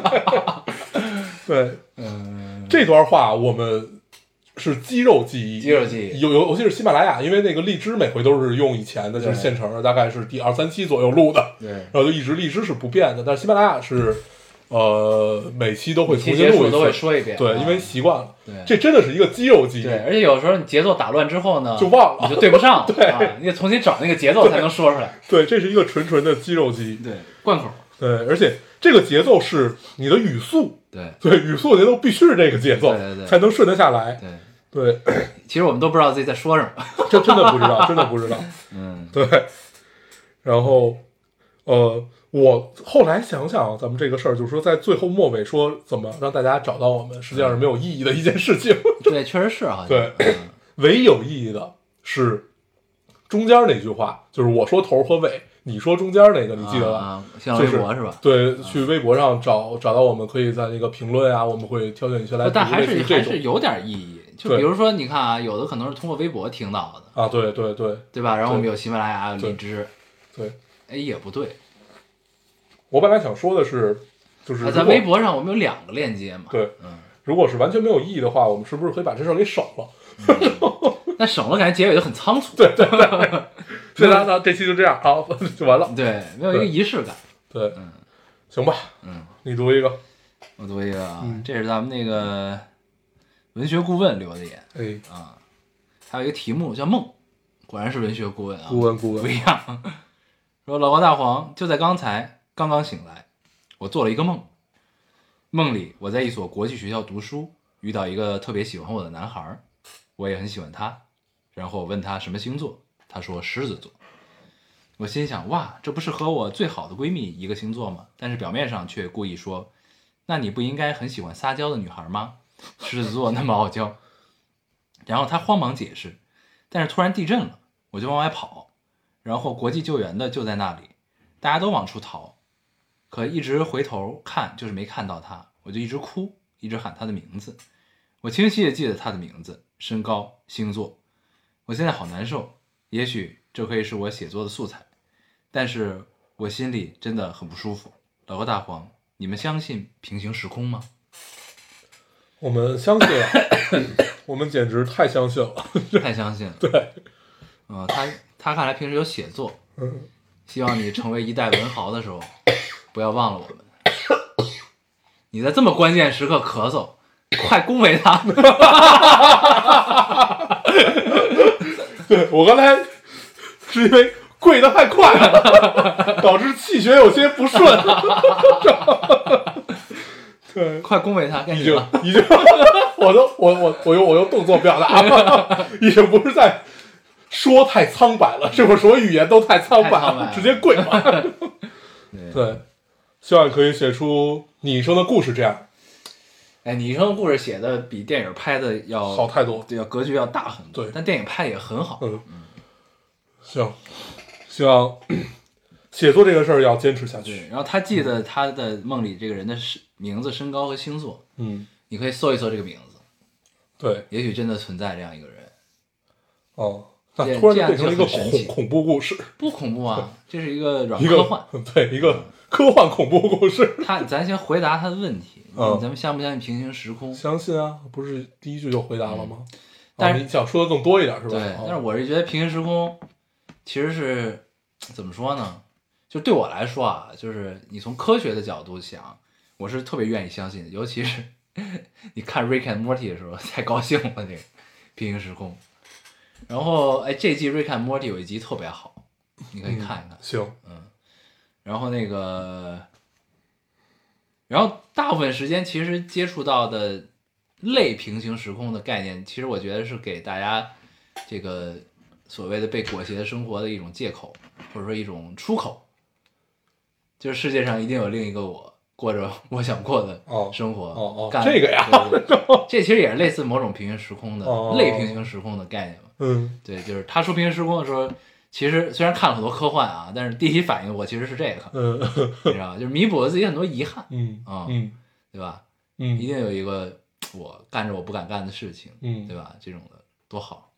对，这段话我们是肌肉记忆，尤其是喜马拉雅，因为那个荔枝每回都是用以前的，就是现成的，大概是第2、3期左右录的， 对， 然后就一直荔枝是不变的，但是喜马拉雅是每期都会重新录一次， 都会说一遍， 对，因为习惯了， 对， 这真的是一个肌肉记忆， 对，而且有时候你节奏打乱之后呢， 就忘了， 你就对不上， 对， 你得重新找那个节奏才能说出来， 对，这是一个纯的肌肉记忆， 对，贯口， 对，而且这个节奏是你的语速，对，语速节奏必须是这个节奏， 对， 才能顺得下来，对， 其实我们都不知道自己在说什么， 这真的不知道，真的不知道，对，然后我后来想想咱们这个事儿，就是说在最后末尾说怎么让大家找到我们，实际上是没有意义的一件事情。 对，确实是啊。 对，唯有意义的是中间那句话，就是我说头和尾，你说中间那个，你记得吧？ 像微博是吧？ 对，去微博上找到我们，可以在那个评论啊，我们会挑选一些来。 但还是有点意义。就比如说，你看啊，有的可能是通过微博听到的啊，对吧？然后我们有喜马拉雅、有荔枝， 对， 哎，也不对。 我本来想说的是，就是在微博上我们有2个链接嘛。 对，如果是完全没有意义的话，我们是不是可以把这事儿给省了？ 但省了，感觉结尾就很仓促。 对。所以那这期就这样，好，就完了。 对，没有一个仪式感。 对，行吧，你读一个， 我读一个啊，这是咱们那个文学顾问留的言，还有一个题目叫梦，果然是文学顾问啊， 顾问不一样。说老高大黄，就在刚刚醒来，我做了一个梦，梦里我在一所国际学校读书，遇到一个特别喜欢我的男孩，我也很喜欢他，然后我问他什么星座，他说狮子座。我心想，哇，这不是和我最好的闺蜜一个星座吗？但是表面上却故意说，那你不应该很喜欢撒娇的女孩吗？狮子座那么傲娇。然后他慌忙解释，但是突然地震了，我就往外跑，然后国际救援的就在那里，大家都往出逃，可一直回头看就是没看到他，我就一直哭，一直喊他的名字。我清晰地记得他的名字、身高、星座。我现在好难受，也许这可以是我写作的素材，但是我心里真的很不舒服。老高大黄，你们相信平行时空吗？ 我们相信了，我们简直太相信了， 太相信了。 对， 他看来平时有写作，希望你成为一代文豪的时候，不要忘了我们。你在这么关键时刻咳嗽，快恭维他。 对，我刚才是因为跪得太快了，导致气血有些不顺。对， 快恭维他， 已经，我用动作表达了，已经不是在说太苍白了，这会儿所有语言都太苍白了，直接跪了。对，希望可以写出你一生的故事这样。 哎，你一生的故事写的比电影拍的要好太多， 对，要格局要大很多。 对， 但电影拍也很好。 行，希望写作这个事儿要坚持下去。 对，然后他记得他的梦里这个人的名字、身高和星座。你可以搜一搜这个名字。 对， 也许真的存在这样一个人。 哦，那突然就变成了一个恐怖故事。 不恐怖啊，这是一个软科幻。 对，一个科幻恐怖故事。 咱先回答他的问题。咱们相不相信平行时空？ 相信啊，不是第一句就回答了吗？ 但是你想说的更多一点是吧？ 对，但是我是觉得平行时空其实是怎么说呢？就对我来说啊，就是你从科学的角度想，我是特别愿意相信的，尤其是你看 Rick and Morty 的时候，太高兴了，这个平行时空。然后这季 Rick and Morty 有一集特别好，你可以看一看。 行， 然后然后大部分时间其实接触到的类平行时空的概念，其实我觉得是给大家这个所谓的被裹挟生活的一种借口，或者说一种出口。就是世界上一定有另一个我，过着我想过的生活。 这个呀， 这其实也是类似某种平行时空的类平行时空的概念嘛。对，就是他说平行时空的时候，其实虽然看了很多科幻啊，但是第一反应我其实是这个，你知道吧？就是弥补了自己很多遗憾。对吧？一定有一个我干着我不敢干的事情，对吧？这种的多好。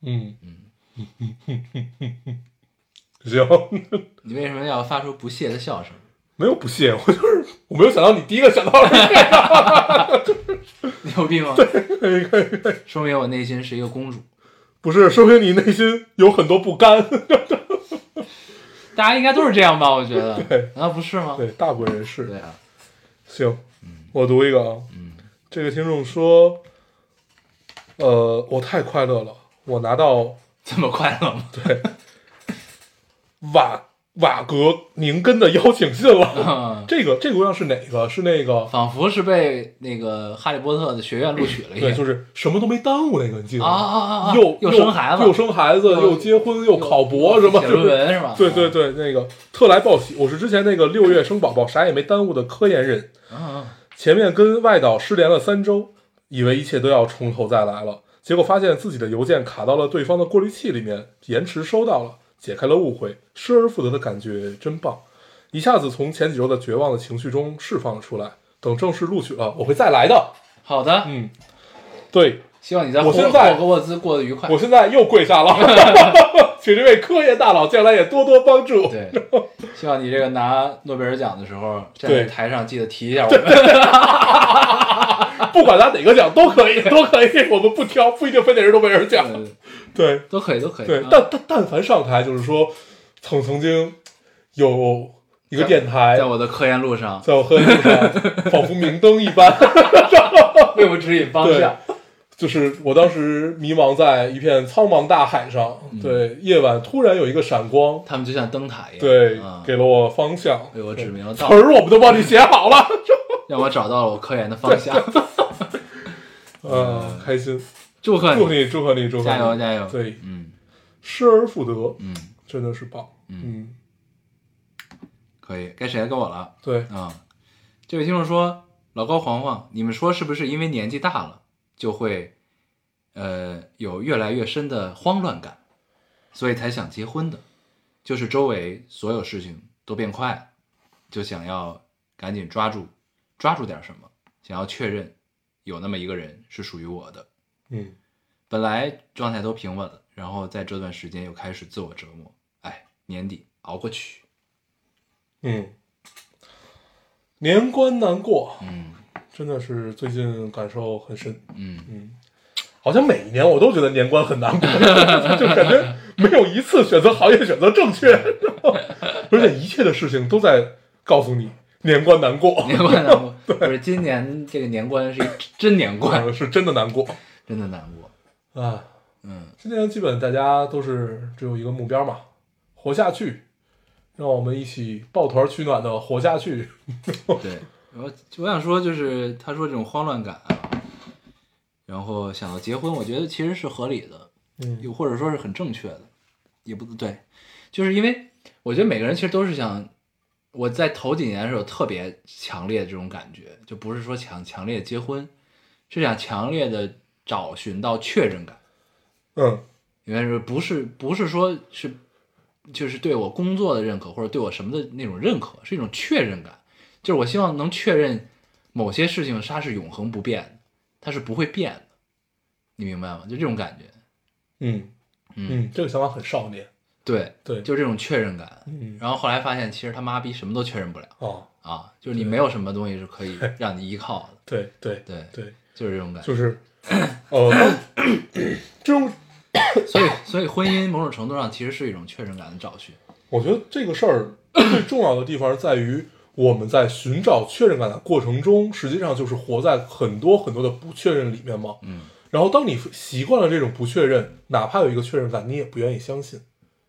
行。 你为什么要发出不屑的笑声？ 没有不屑，我没有想到你第一个想到的是这个。 牛逼吗？ 对，可以。 说明我内心是一个公主。 不是，说明你内心有很多不甘。 大家应该都是这样吧？我觉得。 对， 难道不是吗？ 对，大部分人是。 对啊。 行，我读一个啊。这个听众说，我太快乐了，我拿到这么快乐吗？ 对，瓦格宁根的邀请信了。这个姑娘是哪个？是那个仿佛是被那个哈利波特的学院录取了一样。 对，就是什么都没耽误那个，你记得吗？ 又生孩子，又结婚，又考博，什么写论文是吧？ 对，那个特来报喜，我是之前那个6月生宝宝啥也没耽误的科研人。前面跟外岛失联了3周，以为一切都要从头再来了，结果发现自己的邮件卡到了对方的过滤器里面，延迟收到了，解开了误会，失而复得的感觉真棒，一下子从前几周的绝望的情绪中释放了出来。等正式录取了，我会再来的。 好的， 对， 希望你在霍格沃兹过得愉快。 我现在又跪下了，请这位科研大佬将来也多多帮助。 对，希望你这个拿诺贝尔奖的时候，站在台上记得提一下我们。 不管拿哪个奖都可以，我们不挑，不一定非得是诺贝尔奖。对， 都可以。 对，但凡上台，就是说，曾经有一个电台， 在我的科研路上， 仿佛明灯一般， 为我指引方向。 就是我当时迷茫在一片苍茫大海上，对，夜晚突然有一个闪光， 他们就像灯塔一样， 对，给了我方向， 为我指明了道路。词儿我们都帮你写好了， 让我找到了我科研的方向。 开心， 祝贺你， 加油！ 对，失而复得，真的是棒， 可以，该谁来跟我了？ 对这位听众说，老高黄黄，你们说是不是因为年纪大了？就会，有越来越深的慌乱感，所以才想结婚的。就是周围所有事情都变快了，就想要赶紧抓住点什么，想要确认有那么一个人是属于我的。本来状态都平稳了，然后在这段时间又开始自我折磨。年底熬过去。 年关难过。真的是最近感受很深，好像每一年我都觉得年关很难过，就感觉没有一次选择行业选择正确，而且一切的事情都在告诉你年关难过。 不是今年这个年关是一真年关， 是真的难过， 真的难过啊。今年基本大家都是只有一个目标嘛，活下去，让我们一起抱团取暖的活下去。 对。我想说，就是他说这种慌乱感啊，然后想要结婚，我觉得其实是合理的，又或者说是很正确的，也不对，就是因为我觉得每个人其实都是想，我在头几年的时候特别强烈的这种感觉，就不是说强烈结婚，是想强烈的找寻到确认感，因为不是说是就是对我工作的认可，或者对我什么的那种认可，是一种确认感。就是我希望能确认某些事情它是永恒不变的，它是不会变的，你明白吗？就这种感觉。 这个想法很少年。 对， 对， 就这种确认感。然后后来发现，其实他妈逼什么都确认不了。就是你没有什么东西是可以让你依靠的。 对， 就是这种感觉。 就是这种， 所以婚姻某种程度上其实是一种确认感的找寻。 我觉得这个事儿最重要的地方在于，我们在寻找确认感的过程中，实际上就是活在很多很多的不确认里面嘛。然后当你习惯了这种不确认，哪怕有一个确认感，你也不愿意相信。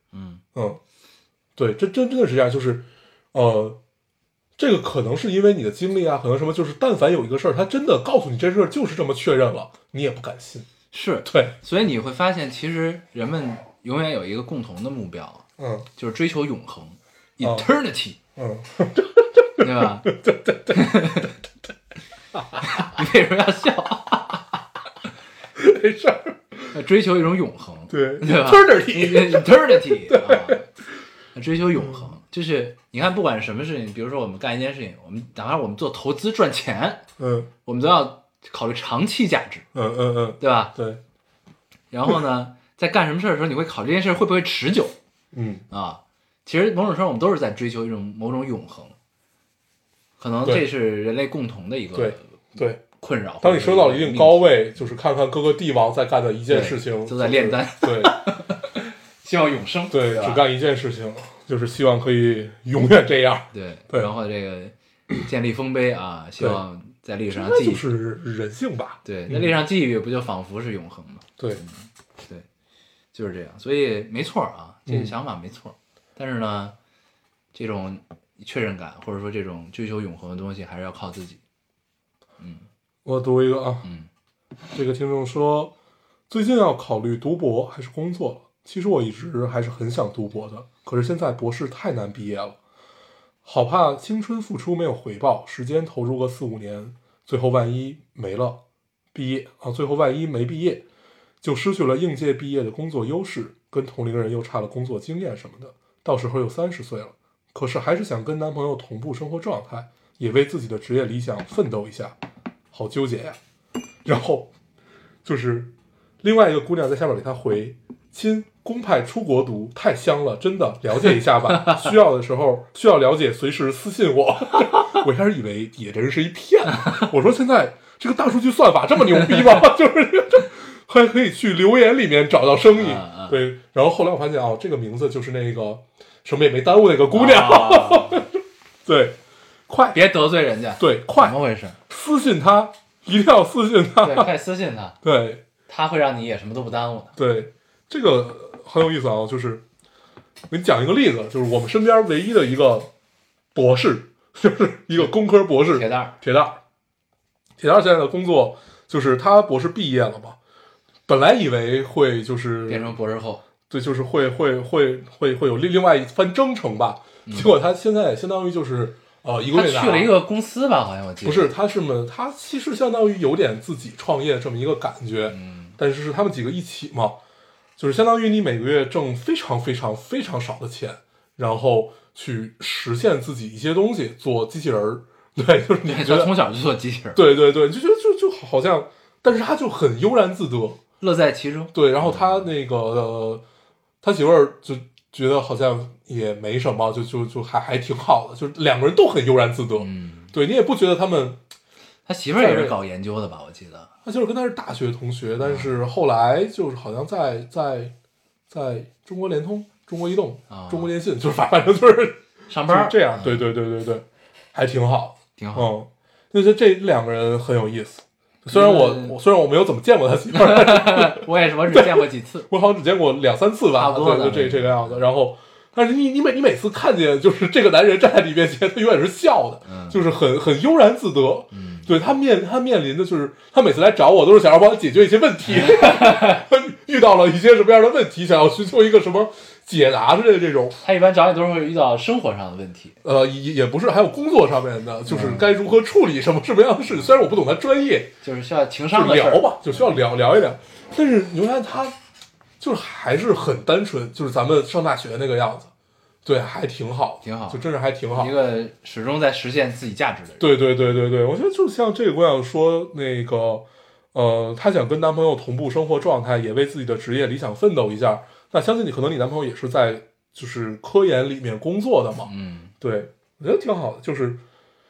对，这真的是这样，就是这个可能是因为你的经历啊，可能什么，就是但凡有一个事儿，他真的告诉你这事儿就是这么确认了，你也不敢信。 是， 对， 所以你会发现，其实人们永远有一个共同的目标，就是追求永恒，eternity，对吧？对，你为什么要笑？ 没事儿， 追求一种永恒， 对吧 ？eternity， 追求永恒，就是你看，不管什么事情，比如说我们干一件事情，我们哪怕我们做投资赚钱，我们都要考虑长期价值，对吧？ 对。 然后呢，在干什么事儿的时候，你会考虑这件事会不会持久？其实某种程度我们都是在追求一种某种永恒，可能这是人类共同的一个对困扰。 当你升到了一定高位，就是看看各个帝王在干的一件事情， 都在炼丹， 对， 希望永生， 对，只干一件事情，就是希望可以永远这样。 对，然后这个建立丰碑啊，希望在历史上记忆， 就是人性吧。 对，在历史上记忆不就仿佛是永恒吗？ 对， 就是这样。所以没错啊，这个想法没错。但是呢，这种确认感或者说这种追求永恒的东西，还是要靠自己。 我读一个啊，这个听众说，最近要考虑读博还是工作了。其实我一直还是很想读博的，可是现在博士太难毕业了，好怕青春付出没有回报，时间投入个4-5年，最后万一没了毕业啊，最后万一没毕业，就失去了应届毕业的工作优势，跟同龄人又差了工作经验什么的，到时候又30岁了，可是还是想跟男朋友同步生活状态，也为自己的职业理想奋斗一下，好纠结呀。然后就是另外一个姑娘在下面给他回，亲，公派出国读太香了，真的了解一下吧，需要的时候需要了解随时私信我。我一开始以为底下这人是一骗子，我说现在这个大数据算法这么牛逼吗？就是还可以去留言里面找到生意。对，然后后来我发现这个名字就是那个什么也没耽误那个姑娘。对，快别得罪人家。 对，快， 怎么回事？ 私信他，一定要私信他。 对，快私信他。 对， 他会让你也什么都不耽误的。 对，这个很有意思啊，就是我给你讲一个例子，就是我们身边唯一的一个博士，就是一个工科博士，铁蛋现在的工作就是他博士毕业了嘛，本来以为会就是变成博士后， 对，就是会有另外一番征程吧，结果他现在相当于就是一个月他去了一个公司吧，好像我记得不是，他其实相当于有点自己创业这么一个感觉，但是是他们几个一起嘛，就是相当于你每个月挣非常非常非常少的钱，然后去实现自己一些东西，做机器人儿。对，就是你觉得从小就做机器人， 对，就觉得就好像，但是他就很悠然自得， 乐在其中。 对，然后他那个他媳妇儿就觉得好像也没什么，就还挺好的，就是两个人都很悠然自得。对你也不觉得他们， 他媳妇儿也是搞研究的吧？我记得他就是跟他是大学同学，但是后来就是好像在中国联通、中国移动、中国电信，就是反正就是上班这样。对，还挺好。挺好，就是这两个人很有意思。虽然我没有怎么见过他媳妇儿， 我只见过几次， 我好像只见过2-3次吧。对，就这个样子。然后，但是你每次看见就是这个男人站在你面前，他永远是笑的，就是很悠然自得。对他面临的就是他每次来找我都是想要帮他解决一些问题，遇到了一些什么样的问题，想要寻求一个什么解答之类的这种。 他一般找你都是会遇到生活上的问题， 也不是，还有工作上面的，就是该如何处理什么样的事情。虽然我不懂他专业， 就是需要情商的事聊吧，就需要聊一聊。但是你会发现他就是还是很单纯，就是咱们上大学那个样子。 对，还挺好， 挺好， 就真是还挺好。 一个始终在实现自己价值的人。 对对对对对，我觉得就像这个姑娘说那个，她想跟男朋友同步生活状态，也为自己的职业理想奋斗一下。那相信你，可能你男朋友也是在就是科研里面工作的嘛。对，我觉得挺好的。就是，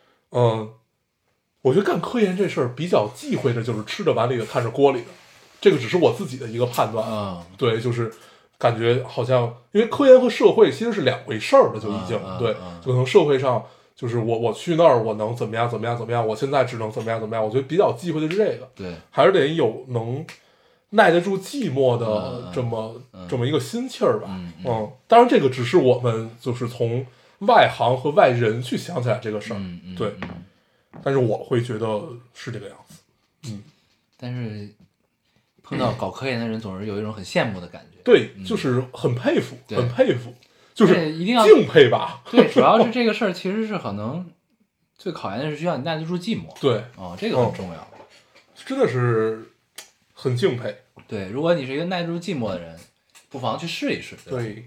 我觉得干科研这事儿比较忌讳的就是吃着碗里的看着锅里的，这个只是我自己的一个判断。对，就是感觉好像因为科研和社会其实是两回事儿了，就已经对，就可能社会上就是我去那儿我能怎么样怎么样怎么样，我现在只能怎么样怎么样，我觉得比较忌讳的是这个， 对， 还是得有能耐得住寂寞的这么一个心气儿吧。当然这个只是我们就是从外行和外人去想起来这个事儿，对。但是我会觉得是这个样子， 但是碰到搞科研的人，总是有一种很羡慕的感觉。 对，就是很佩服，很佩服，就是一定要敬佩吧。 对，主要是这个事儿，其实是可能最考验的是需要你耐得住寂寞。 对， 这个很重要， 真的是很敬佩。 对，如果你是一个耐得住寂寞的人，不妨去试一试。 对，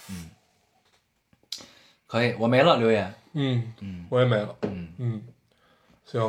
可以，我没了留言。 我也没了。行，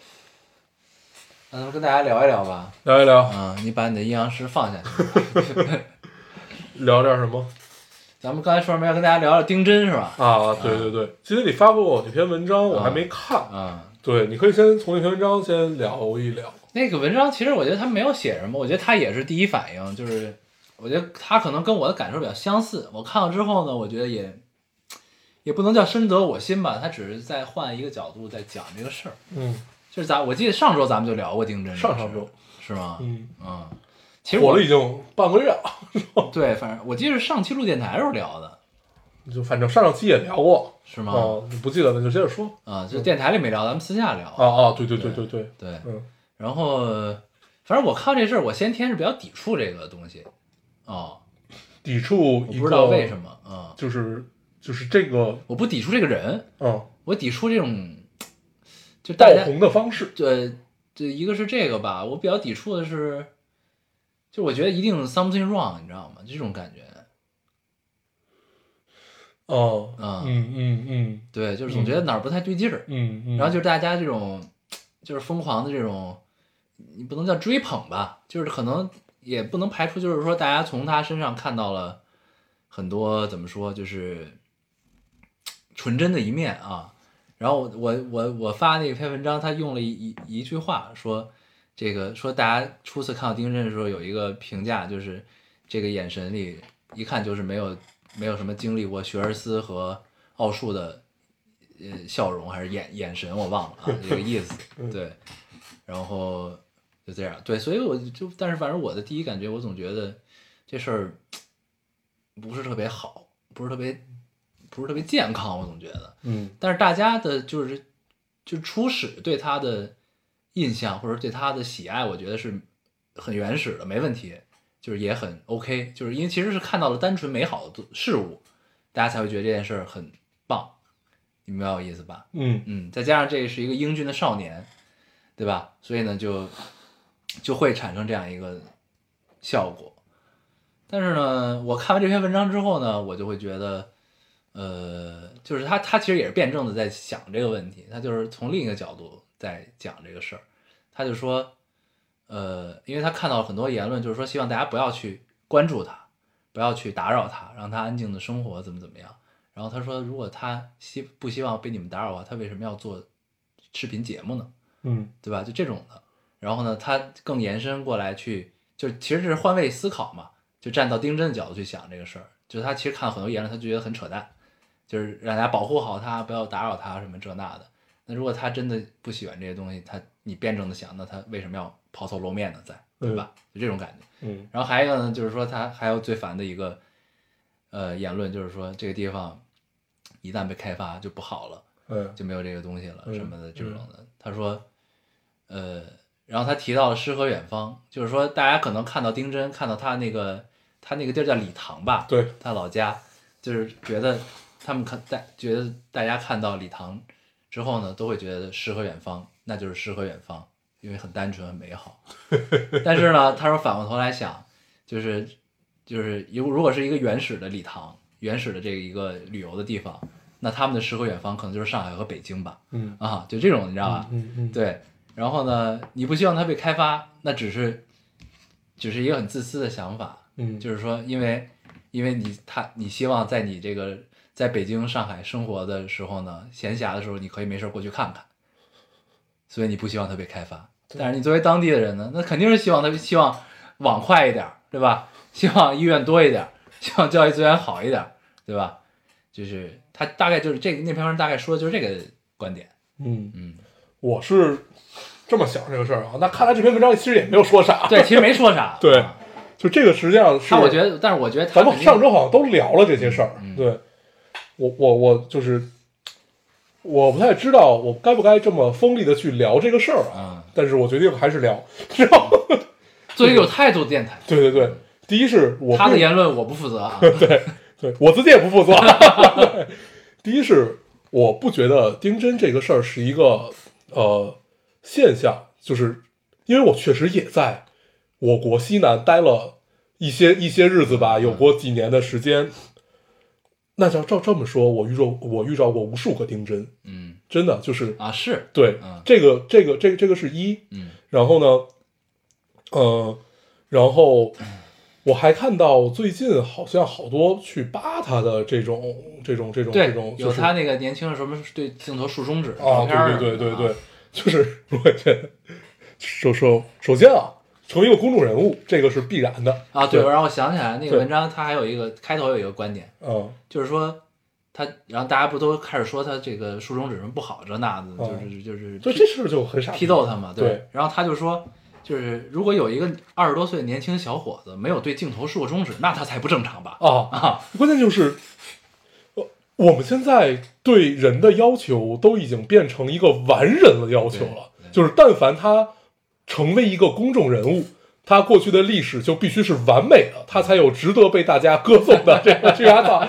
那咱们跟大家聊一聊吧。 聊一聊。 你把你的阴阳师放下去。 聊点什么？ 咱们刚才说什么要跟大家聊聊丁真是吧？ 对对对，今天你发给我那篇文章，我还没看。对，你可以先从那篇文章先聊一聊。 那个文章其实我觉得他没有写什么，我觉得他也是第一反应，就是我觉得他可能跟我的感受比较相似。我看了之后呢，我觉得也不能叫深得我心吧，他只是在换一个角度在讲这个事儿。就是我记得上周咱们就聊过丁真， 上周是吗？其实火了已经半个月了。 对，反正我记得是上期录电台时候聊的， 就反正上期也聊过， 是吗？ 你不记得那就接着说。 就电台里没聊，咱们私下聊。 对对对对对对。然后反正我看这事儿，我先天是比较抵触这个东西。 抵触我不知道为什么。 就是这个， 我不抵触这个人。我抵触这种就爆红的方式。 对，一个是这个吧，我比较抵触的是，就我觉得一定 something wrong， 你知道吗？这种感觉。对，就是总觉得哪儿不太对劲儿。然后就是大家这种就是疯狂的这种，你不能叫追捧吧，就是可能也不能排除，就是说大家从他身上看到了很多怎么说，就是纯真的一面啊。然后我发那篇文章，他用了一句话说，这个说大家初次看到丁真的时候有一个评价，就是这个眼神里一看就是没有什么经历过学而思和奥数的笑容还是眼神我忘了这个意思。对，然后就这样。对，所以我就但是反正我的第一感觉，我总觉得这事儿不是特别好，不是特别健康，我总觉得。但是大家的就初始对他的印象或者对他的喜爱，我觉得是很原始的，没问题，就是也很 OK， 就是因为其实是看到了单纯美好的事物，大家才会觉得这件事很棒，你明白我意思吧？再加上这是一个英俊的少年，对吧？所以呢就会产生这样一个效果。但是呢，我看完这篇文章之后呢，我就会觉得就是他其实也是辩证的在想这个问题，他就是从另一个角度在讲这个事儿。他就说因为他看到了很多言论，就是说希望大家不要去关注他，不要去打扰他，让他安静的生活怎么样。然后他说如果他不希望被你们打扰的话，他为什么要做视频节目呢？对吧？就这种的。然后呢，他更延伸过来去，就其实这是换位思考嘛，就站到丁真的角度去想这个事儿。就是他其实看了很多言论，他就觉得很扯淡，就是让大家保护好他，不要打扰他什么这那的。那如果他真的不喜欢这些东西，你辩证的想，那他为什么要抛头露面呢？对吧？就这种感觉。然后还有一个呢，就是说他还有最烦的一个言论，就是说这个地方一旦被开发就不好了，就没有这个东西了什么的这种的。他说然后他提到了诗和远方，就是说大家可能看到丁真，看到他那个地儿叫理塘吧， 对， 他老家，就是觉得觉得大家看到理塘之后呢，都会觉得诗和远方，那就是诗和远方，因为很单纯很美好。但是呢，他说反过头来想，就是如果是一个原始的理塘， 原始的这一个旅游的地方，那他们的诗和远方可能就是上海和北京吧，就这种你知道吧，对，然后呢，你不希望它被开发，那只是一个很自私的想法，就是说因为你希望在你这个在北京上海生活的时候呢，闲暇的时候你可以没事过去看看，所以你不希望它被开发。但是你作为当地的人呢，那肯定是希望网快一点，对吧？希望医院多一点，希望教育资源好一点，对吧？就是他大概就是那篇文大概说的就是这个观点。 我是这么想这个事儿啊。那看来这篇文章其实也没有说啥。 对，其实没说啥。 对，就这个实际上是。 但是我觉得咱们上周好像都聊了这些事儿。对，我就是我不太知道我该不该这么锋利的去聊这个事儿啊。但是我决定还是聊，知道吗？ 作为有态度的电台。 对对对，第一是他的言论我不负责啊。 对，我自己也不负责。第一是我不觉得丁真这个事儿是一个现象，就是因为我确实也在我国西南待了一些日子吧，有过几年的时间。那照这么说，我遇到过无数个丁真，真的就是啊，是对，这个是一，然后呢，然后我还看到最近好像好多去扒他的这种， 有他那个年轻的时候对镜头竖中指啊，对，就是我觉得首先啊，成为一个公众人物，这个是必然的啊。对，我让我想起来那个文章，他还有一个开头有一个观点，就是说然后大家不都开始说他这个竖中指什么不好这那的，就是这事就很傻， 批斗他嘛，对。然后他就说，就是如果有一个20多岁的年轻小伙子没有对镜头竖过中指，那他才不正常吧？ 关键就是我们现在对人的要求都已经变成一个完人的要求了，就是但凡他成为一个公众人物，他过去的历史就必须是完美的，他才有值得被大家歌颂的这个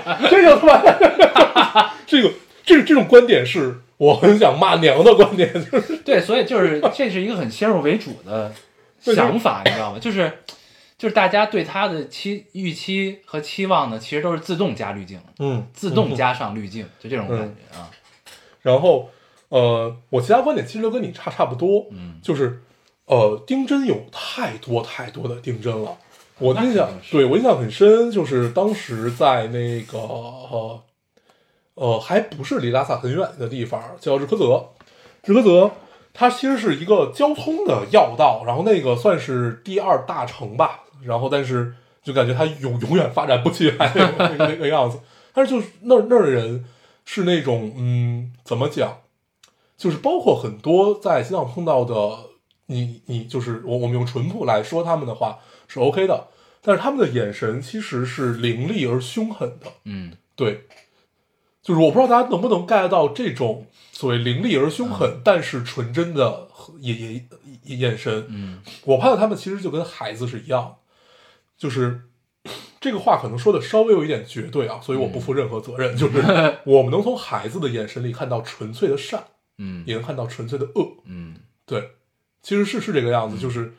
这种观点是我很想骂娘的观点，就是对，所以就是这是一个很先入为主的想法，你知道吗？就是大家对他的预期和期望呢，其实都是自动加滤镜，自动加上滤镜，就这种感觉啊。 然后我其他观点其实都跟你差不多，就是丁真有太多的丁真了。我印象很深，就是当时在那个还不是离拉萨很远的地方，叫日喀则，它其实是一个交通的要道，然后那个算是第2大城吧，然后但是就感觉它永远发展不起来那个样子。但是就是那儿的人是那种怎么讲，就是包括很多在西藏碰到的，你就是我们用淳朴来说他们的话是 OK 的，但是他们的眼神其实是凌厉而凶狠的，对，就是我不知道大家能不能 get 到这种所谓凌厉而凶狠，但是纯真的眼神，我判断他们其实就跟孩子是一样，就是这个话可能说的稍微有一点绝对啊，所以我不负任何责任，就是我们能从孩子的眼神里看到纯粹的善，也能看到纯粹的恶，对，其实是这个样子，就是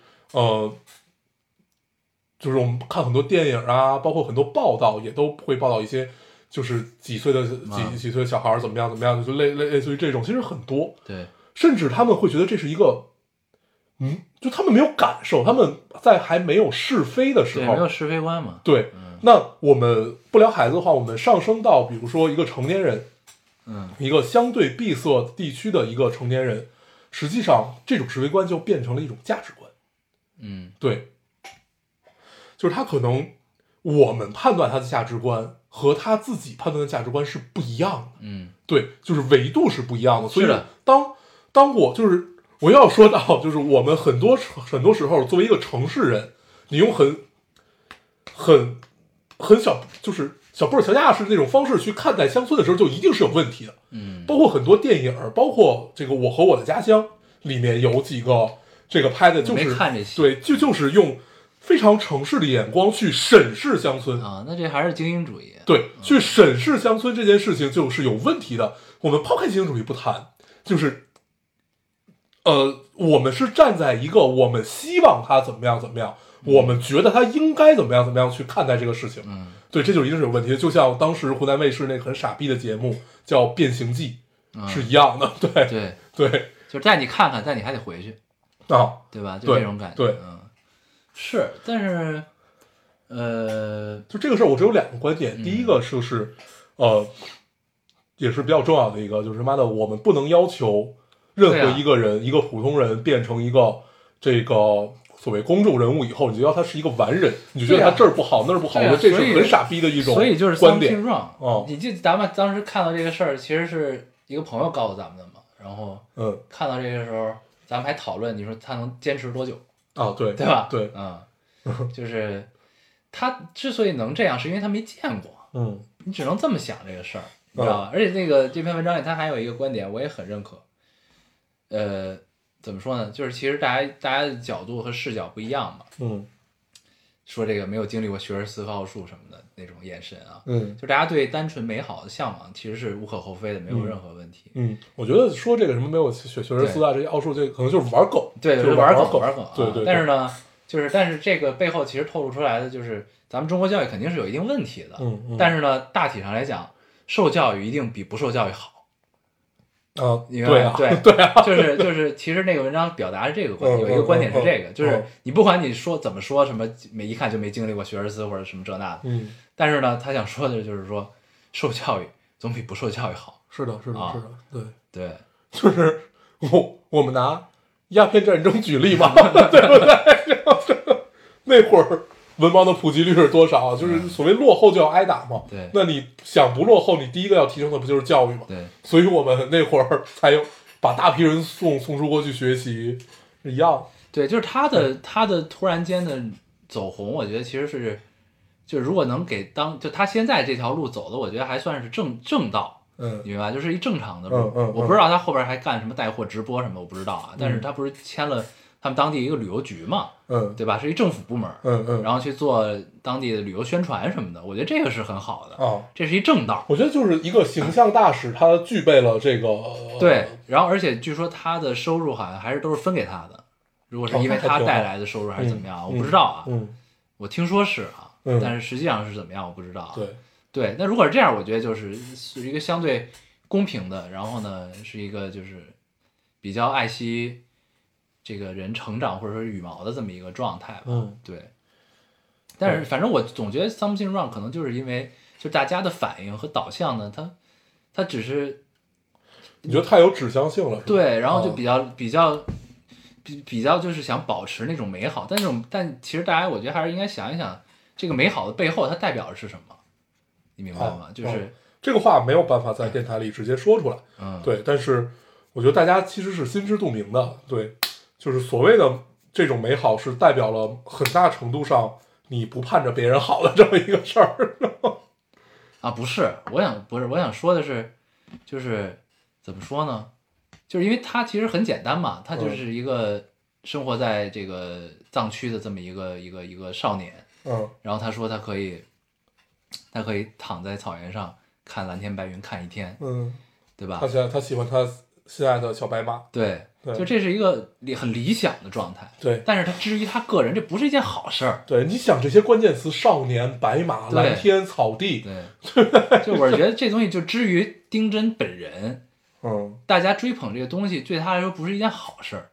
就是我们看很多电影啊，包括很多报道也都会报道一些。就是几岁的小孩怎么样，就类似于这种，其实很多。 对， 甚至他们会觉得这是一个，就他们没有感受，他们在还没有是非的时候， 没有是非观嘛。 对，那我们不聊孩子的话，我们上升到比如说一个成年人，一个相对闭塞地区的一个成年人，实际上这种是非观就变成了一种价值观。对，就是他可能我们判断他的价值观。和他自己判断的价值观是不一样的，对，就是维度是不一样的。所以当我要说到，就是我们很多时候作为一个城市人，你用很就是小布尔乔亚式那种方式去看待乡村的时候，就一定是有问题的。包括很多电影，包括这个《我和我的家乡》里面有几个这个拍的就是对，就是用。非常城市的眼光去审视乡村啊，那这还是精英主义。 对，去审视乡村这件事情就是有问题的。我们抛开精英主义不谈，就是我们是站在一个我们希望它怎么样， 我们觉得他应该怎么样怎么样去看待这个事情。对，这就一定是有问题的。就像当时湖南卫视那个很傻逼的节目叫《变形记》是一样的。对对对， 就是带你看看，但你还得回去啊， 对吧？就这种感觉。 对， 是，但是就这个事儿，我只有两个观点。第一个就是也是比较重要的一个，就是妈的，我们不能要求任何一个人，一个普通人变成一个这个所谓公众人物以后，你就要他是一个完人，你就觉得他这儿不好那儿不好，我觉得这是很傻逼的一种观点。 所以就是 something wrong。你记得咱们当时看到这个事儿，其实是一个朋友告诉咱们的嘛，然后看到这个时候，咱们还讨论，你说他能坚持多久？ 啊，对吧？ 对， 就是他之所以能这样，是因为他没见过。你只能这么想这个事儿。你知道吧？而且这篇文章里他还有一个观点，我也很认可。怎么说呢？就是其实大家的角度和视角不一样嘛。说这个没有经历过学而思和奥数什么的那种眼神啊。就大家对单纯美好的向往其实是无可厚非的，没有任何问题。 我觉得说这个什么没有学而思啊，这些奥数，这可能就是玩梗。 对， 就是玩梗。对对。 但是呢，但是这个背后其实透露出来的就是，咱们中国教育肯定是有一定问题的。但是呢，大体上来讲，受教育一定比不受教育好。 对啊， 就是其实那个文章表达是这个观点，有一个观点是这个，就是你不管你说怎么说什么，一看就没经历过学而思或者什么这那的。但是呢，他想说的就是说，受教育总比不受教育好。 是的，是的，是的， 对， 就是我们拿鸦片战争举例嘛，对不对？那会儿文盲的普及率是多少？就是所谓落后就要挨打嘛。 对， 那你想不落后，你第一个要提升的不就是教育吗？ 对， 所以我们那会儿才有把大批人送出国去学习，是一样。 对，就是他的突然间的走红，我觉得其实是，就如果能就他现在这条路走的，我觉得还算是正道。你明白，就是一正常的路。我不知道他后边还干什么带货直播什么，我不知道啊。但是他不是签了他们当地一个旅游局嘛，对吧？是一政府部门，然后去做当地的旅游宣传什么的，我觉得这个是很好的这是一正道。 我觉得就是一个形象大使，他具备了这个对，然后而且据说他的收入好像还是都是分给他的，如果是因为他带来的收入还是怎么样，我不知道啊。我听说是啊，但是实际上是怎么样我不知道啊。对，那如果是这样，我觉得是一个相对公平的，然后呢是一个就是比较爱惜这个人成长或者说羽毛的这么一个状态吧。对。但是反正我总觉得 something wrong 可能就是因为就大家的反应和导向呢，它只是你觉得太有指向性了。 对，然后就比较就是想保持那种美好，但其实大家我觉得还是应该想一想这个美好的背后它代表的是什么。你明白吗？就是这个话没有办法在电台里直接说出来，对，但是我觉得大家其实是心知肚明的，对，就是所谓的这种美好是代表了很大程度上你不盼着别人好的这么一个事儿啊，不是，我想说的是，就是怎么说呢？就是因为他其实很简单嘛，他就是一个生活在这个藏区的这么一个少年，然后他说他可以躺在草原上看蓝天白云看一天，对吧？ 他喜欢他心爱的小白马， 对，就这是一个很理想的状态， 对。 但是他至于他个人，这不是一件好事儿。 对，你想这些关键词：少年、白马、蓝天、草地， 对，就我是觉得这东西就至于丁真本人，大家追捧这个东西对他来说不是一件好事儿。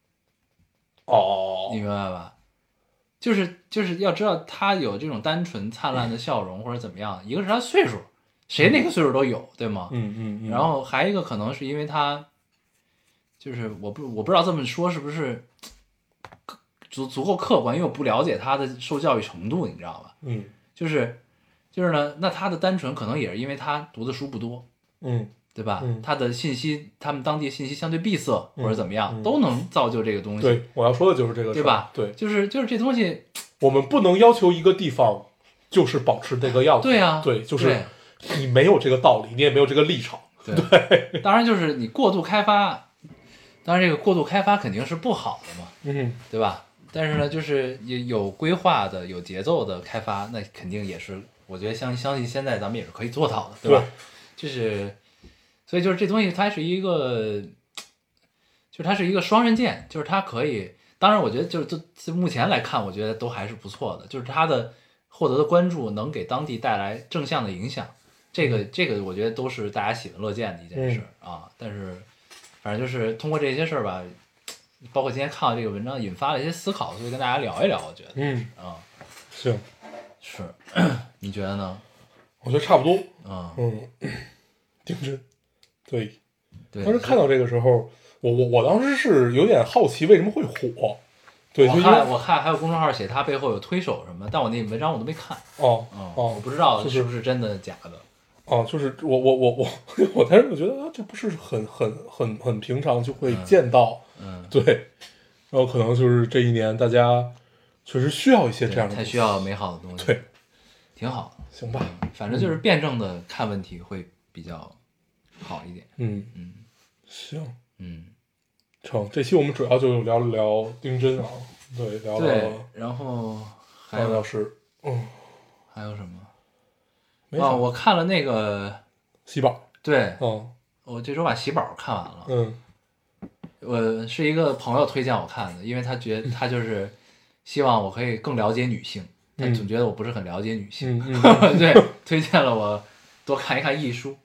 你明白吧？就是要知道他有这种单纯灿烂的笑容或者怎么样，一个是他岁数，谁哪个岁数都有，对吗？然后还一个可能是因为他，就是我不知道这么说是不是足够客观，因为我不了解他的受教育程度，你知道吧？就是呢，那他的单纯可能也是因为他读的书不多，对吧？他的信息，他们当地信息相对闭塞或者怎么样，都能造就这个东西。 对，我要说的就是这个， 对吧？ 对， 就是这东西， 我们不能要求一个地方就是保持这个样子。 对啊， 对，就是你没有这个道理，你也没有这个立场。 对，当然就是你过度开发，当然这个过度开发肯定是不好的嘛，对吧？但是呢，就是有规划的、有节奏的开发，那肯定也是，我觉得相信现在咱们也是可以做到的，对吧？就是。所以就是这东西它是一个，就是它是一个双刃剑，就是它可以， 当然我觉得就目前来看，我觉得都还是不错的，就是他的获得的关注能给当地带来正向的影响，这个我觉得都是大家喜闻乐见的一件事啊。但是反正就是通过这些事儿吧，包括今天看到这个文章引发了一些思考，所以跟大家聊一聊，我觉得行， 是你觉得呢？ 我觉得差不多丁真对，当时看到这个时候，我当时是有点好奇为什么会火。对， 我看还有公众号写他背后有推手什么，但我那文章我都没看。我不知道是不是真的假的。 就是我当时我觉得这不是很平常就会见到，对，然后可能就是这一年大家确实需要一些这样的， 太需要美好的东西， 对， 挺好的， 行吧， 反正就是辩证的看问题会比较好一点。 行， 成， 这期我们主要就聊了聊丁真啊，对，聊了， 然后还有还有什么？我看了那个喜宝， 对，我这周把喜宝看完了，我是一个朋友推荐我看的，因为他就是希望我可以更了解女性，他总觉得我不是很了解女性，对，推荐了我多看一看易书，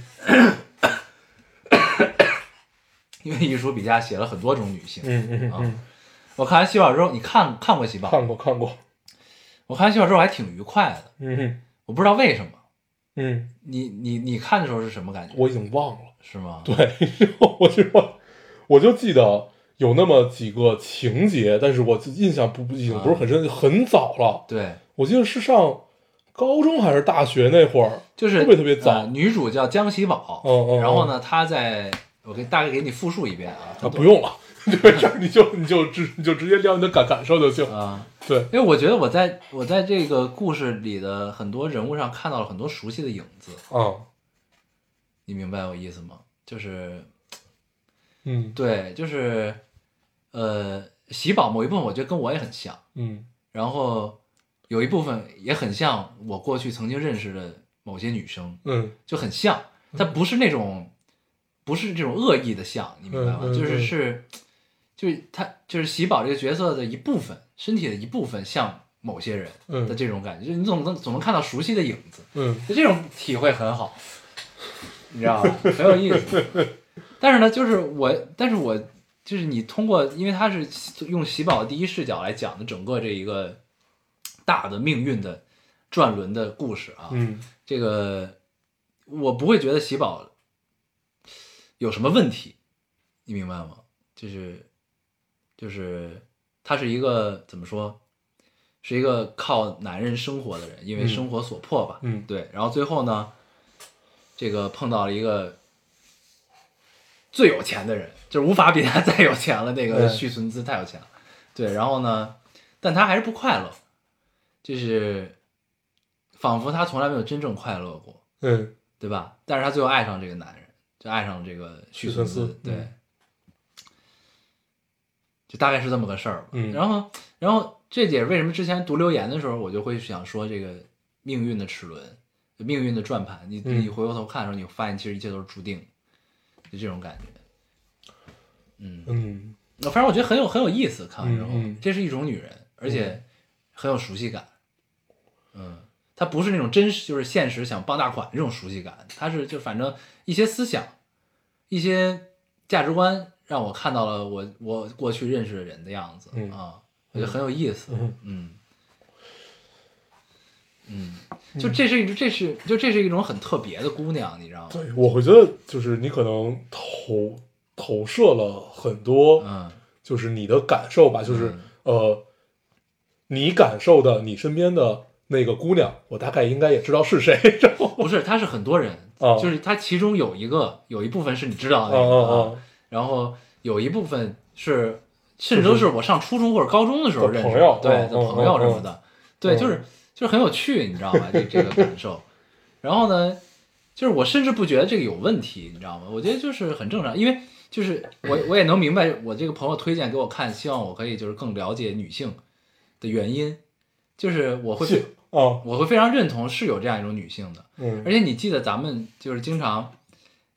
因为易书笔下写了很多种女性，我看完喜宝之后，你看过喜宝？ 看过。 我看完喜宝之后还挺愉快的，我不知道为什么，你看的时候是什么感觉？ 我已经忘了， 是吗？ 对，我就记得有那么几个情节，但是我印象已经不是很深，很早了。 对， 我记得是上高中还是大学那会儿， 就是特别早。 女主叫江喜宝，然后呢，她我大概给你复述一遍啊。 不用了，这事儿你就直接聊你的感受就行啊。 对， 因为我觉得我在这个故事里的很多人物上看到了很多熟悉的影子。你明白我意思吗？就是，对，就是喜宝某一部分我觉得跟我也很像，然后有一部分也很像我过去曾经认识的某些女生，就很像，它不是这种恶意的像，你明白吗？就是他就是喜宝这个角色的一部分，身体的一部分像某些人的这种感觉，就是你总能看到熟悉的影子，就这种体会很好，你知道吧？很有意思。但是呢，但是我就是你通过，因为他是用喜宝的第一视角来讲的整个这一个大的命运的转轮的故事啊，这个我不会觉得喜宝有什么问题，你明白吗？就是他是一个怎么说，是一个靠男人生活的人，因为生活所迫吧，对，然后最后呢，这个碰到了一个最有钱的人，就是无法比他再有钱了，那个续存资太有钱了，对，然后呢，但他还是不快乐，就是仿佛他从来没有真正快乐过，对吧？但是他最后爱上这个男人，就爱上这个续存资，对。就大概是这么个事儿吧，然后这也是为什么之前读留言的时候，我就会想说这个命运的齿轮，命运的转盘，你回过头看的时候，你发现其实一切都是注定，就这种感觉，反正我觉得很有意思，看完之后，这是一种女人，而且很有熟悉感，她不是那种真实就是现实想傍大款这种熟悉感，她是就反正一些思想，一些价值观。让我看到了我过去认识的人的样子，我觉得很有意思，就这是一种很特别的姑娘，你知道吗？ 对，我会觉得就是你可能投射了很多，就是你的感受吧，就是你感受的你身边的那个姑娘，我大概应该也知道是谁。 不是，她是很多人，就是她其中有一部分是你知道的那个，然后有一部分是甚至都是我上初中或者高中的时候认识的，对，的朋友什么的，对，就是很有趣，你知道吧？这个感受。然后呢，就是我甚至不觉得这个有问题，你知道吗？我觉得就是很正常，因为就是我也能明白我这个朋友推荐给我看，希望我可以就是更了解女性的原因，就是我会非常认同是有这样一种女性的，而且你记得咱们就是经常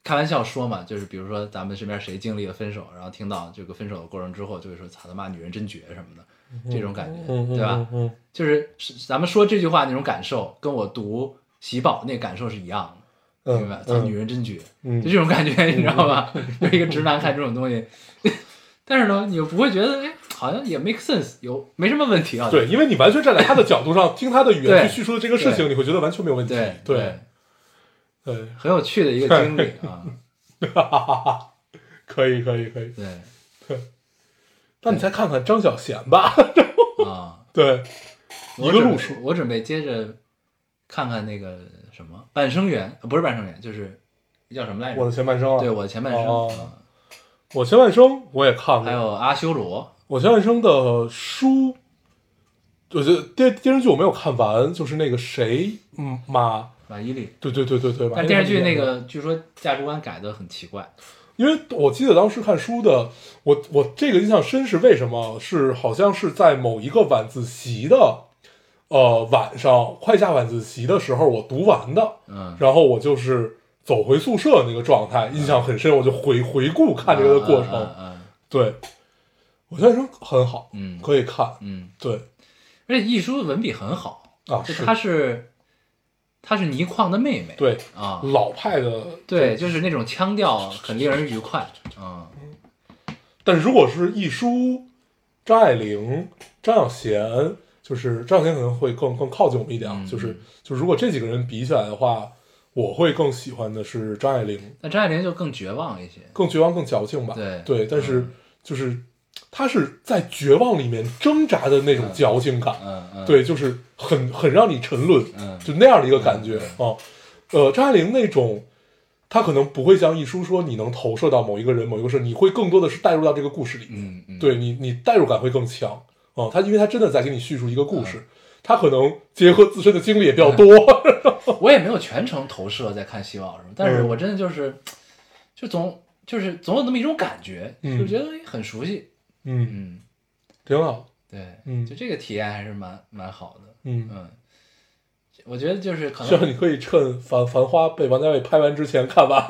开玩笑说嘛，就是比如说咱们身边谁经历了分手，然后听到这个分手的过程之后，就会说操他妈女人真绝什么的，这种感觉，对吧？就是咱们说这句话那种感受，跟我读喜宝那感受是一样的，明白？操女人真绝，就这种感觉，你知道吧？就一个直男看这种东西，但是呢，你又不会觉得哎，好像也 make sense，没什么问题啊。 对，因为你完全站在他的角度上听他的语言去叙述的这个事情，你会觉得完全没有问题。对。 很有趣的一个经历啊！ 可以。 对。 那你再看看张小娴吧。 啊， 对，一个路数。 我准备接着看看那个什么《半生缘》，不是《半生缘》，就是叫什么来着？ 我的前半生。 对，我的前半生。 我前半生我也看过。 还有阿修罗。 我前半生的书，我觉得电视剧我没有看完，就是那个谁，马伊琍。对。 但电视剧那个据说价值观改得很奇怪。 因为我记得当时看书的，我这个印象深是为什么？是好像是在某一个晚自习的，晚上快下晚自习的时候我读完的，然后我就是走回宿舍那个状态，印象很深，我就回顾看这个的过程。对，我觉得很好，可以看，对， 而且易舒的文笔很好啊， 她是倪匡的妹妹， 对啊， 老派的， 对，就是那种腔调很令人愉快， 但如果是易舒、张爱玲、张小娴，就是张小娴可能会更靠近我们一点，就是如果这几个人比起来的话，我会更喜欢的是张爱玲。 那张爱玲就更绝望一些， 更绝望、更矫情吧？对，但是就是她是在绝望里面挣扎的那种矫情感，对，就是很让你沉沦，就那样的一个感觉啊。张爱玲那种，她可能不会像一书说你能投射到某一个人、某一个事，你会更多的是带入到这个故事里面，对你代入感会更强啊。因为她真的在给你叙述一个故事，她可能结合自身的经历也比较多。 我也没有全程投射在看《希望》什么，但是我真的总有那么一种感觉，就觉得很熟悉， 挺好， 对，就这个体验还是蛮好的，我觉得就是可能， 这样你可以趁《繁花》被王家卫拍完之前看完。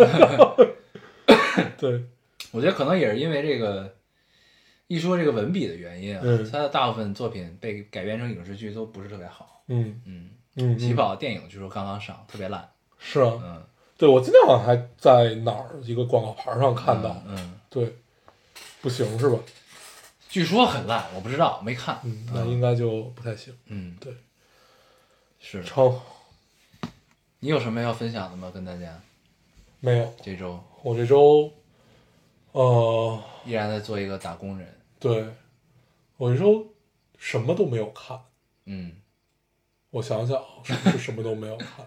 对， 我觉得可能也是因为这个一说这个文笔的原因啊，他的大部分作品被改编成影视剧都不是特别好，喜宝电影据说刚刚上，特别烂。 是啊，对，我今天好像还在哪儿一个广告牌上看到，对，不行是吧？ 据说很烂，我不知道，没看， 那应该就不太行，对， 是。 超， 你有什么要分享的吗？跟大家？ 没有， 这周我这周， 依然在做一个打工人。 对，我这周什么都没有看，我想想是什么都没有看。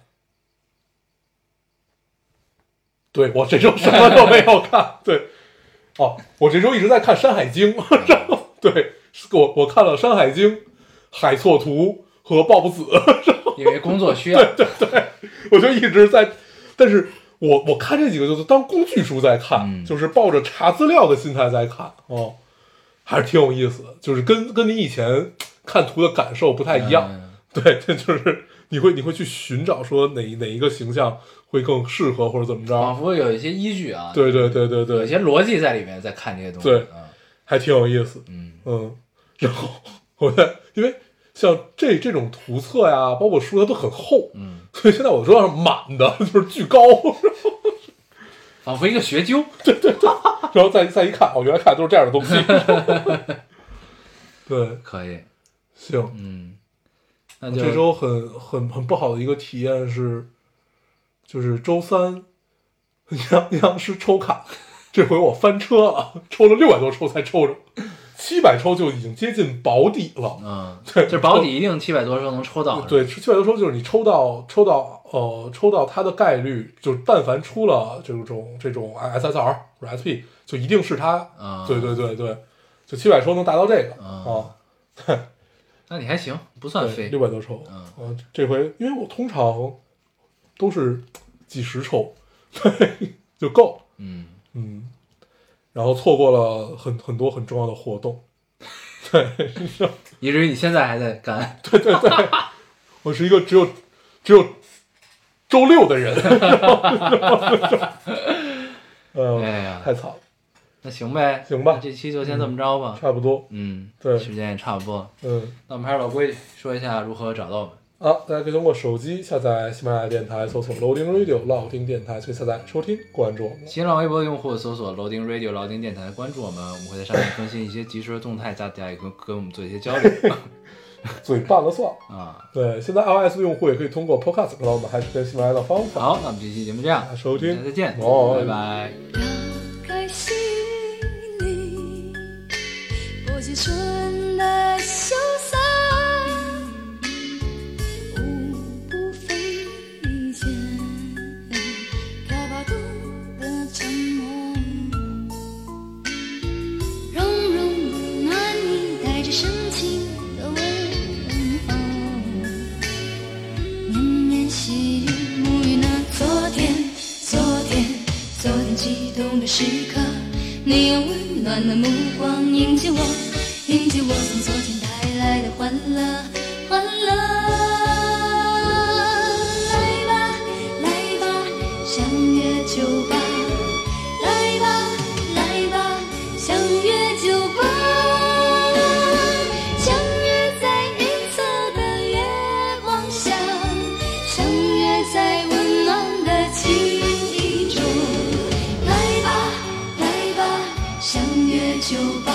对，我这周什么都没有看。对，我这周一直在看《山海经》，对，我看了《山海经》、《海错图》和《抱朴子》， 因为工作需要。 对，我就一直在，但是我看这几个就是当工具书在看，就是抱着查资料的心态在看，还是挺有意思的，就是跟你以前看图的感受不太一样。对，这就是你会去寻找说哪一个形象会更适合或者怎么着， 仿佛有一些依据啊。 对，有一些逻辑在里面，在看这些东西。 对，还挺有意思。然后因为像这种图册呀，包括书，它都很厚，所以现在我桌上满的就是巨高， 仿佛一个学究。 对，然后再一看，原来看的都是这样的东西。对， 可以， 行，那这周很不好的一个体验是，就是周三央视抽卡，这回我翻车了，抽了600多抽才抽着，700抽就已经接近保底了。对， 这保底一定700多抽能抽到。 对，700多抽就是你抽到它的概率，就但凡出了这种 SSR 或者 SP， 就一定是它。对，就700抽能达到这个对。 那你还行，不算飞 ，600多抽。这回因为我通常都是几十抽，对，就够。然后错过了很多很重要的活动，对， 以至于你现在还在干。 对，我是一个只有周六的人。 哎呀， 太惨了。 那行呗， 行吧， 这期就先这么着吧， 差不多。对， 时间也差不多。 那我们还是老规矩，说一下如何找到我们。 大家可以通过手机下载喜马拉雅电台，搜索 Loading Radio 老丁电台，可以下载收听关注我们。 新浪微博用户搜索 Loading Radio 老丁电台关注我们，我们会在上面更新一些即时的动态，大家也跟我们做一些交流。 嘴拌了算啊！ 对，现在 iOS 的用户也可以通过 Podcast 找到我们，还是跟喜马拉雅的方法。 好，那我们这期节目这样， 收听， 再见，拜拜。 打开心里波及春的羞涩，无不非一件可怕度的沉默，融融温暖你带着深情的问候，绵绵细雨沐浴那昨天激动的时刻，你用温暖的目光迎接我从昨天带来的欢乐。来吧来吧，相约酒吧，来吧相约酒吧，相约在银色的月光下，相约在温暖的情意中。相约酒吧，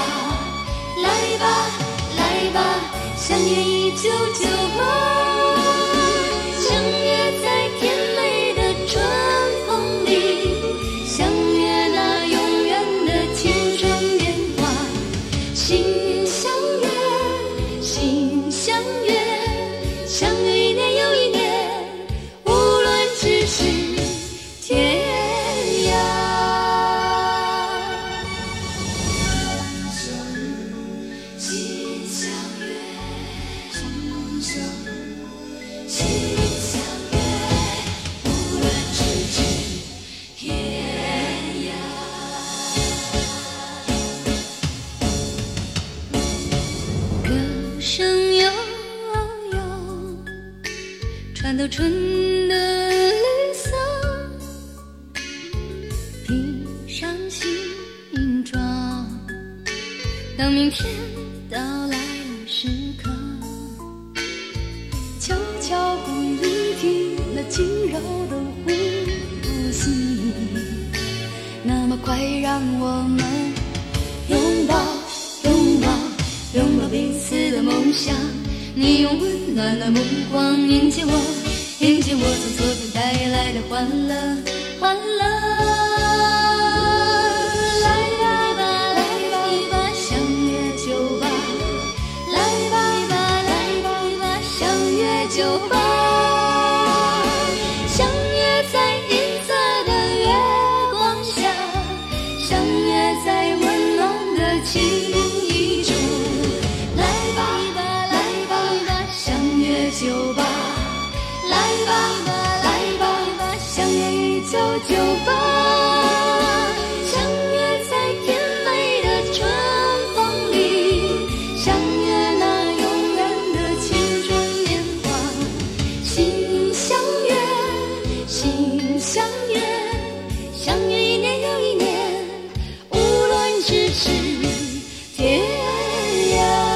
来吧，相约1998，相约在甜美的春风里，相约那永远的青春年华，心相约，心相约，相约一年又一年，无论咫尺天涯。穿透春的绿色，披上新装，当明天到来的时刻，悄悄不语听那轻柔的呼吸，那么快让我们拥抱彼此的梦想。你用温暖的目光迎接我从昨天带来的欢乐。来吧，相约酒吧，来吧，相约酒吧，相约在银色的月光下，相约在温暖的情意中。来吧，相约酒吧，来吧，相约1998，相约在甜美的春风里，相约那永远的青春年华，心相约，心相约，相约一年又一年，无论咫尺天涯。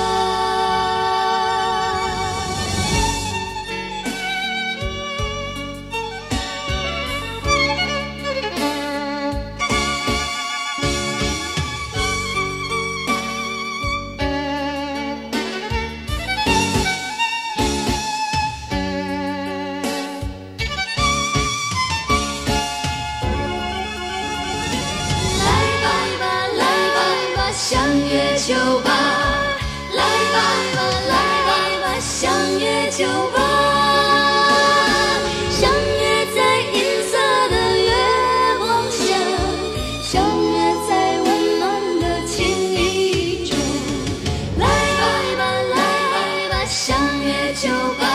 相约酒吧，来吧，相约酒吧，相约在银色的月光下，相约在温暖的情意中。来吧，相约酒吧，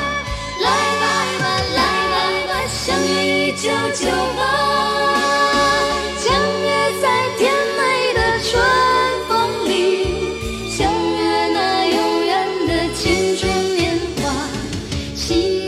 来吧，相约1998。心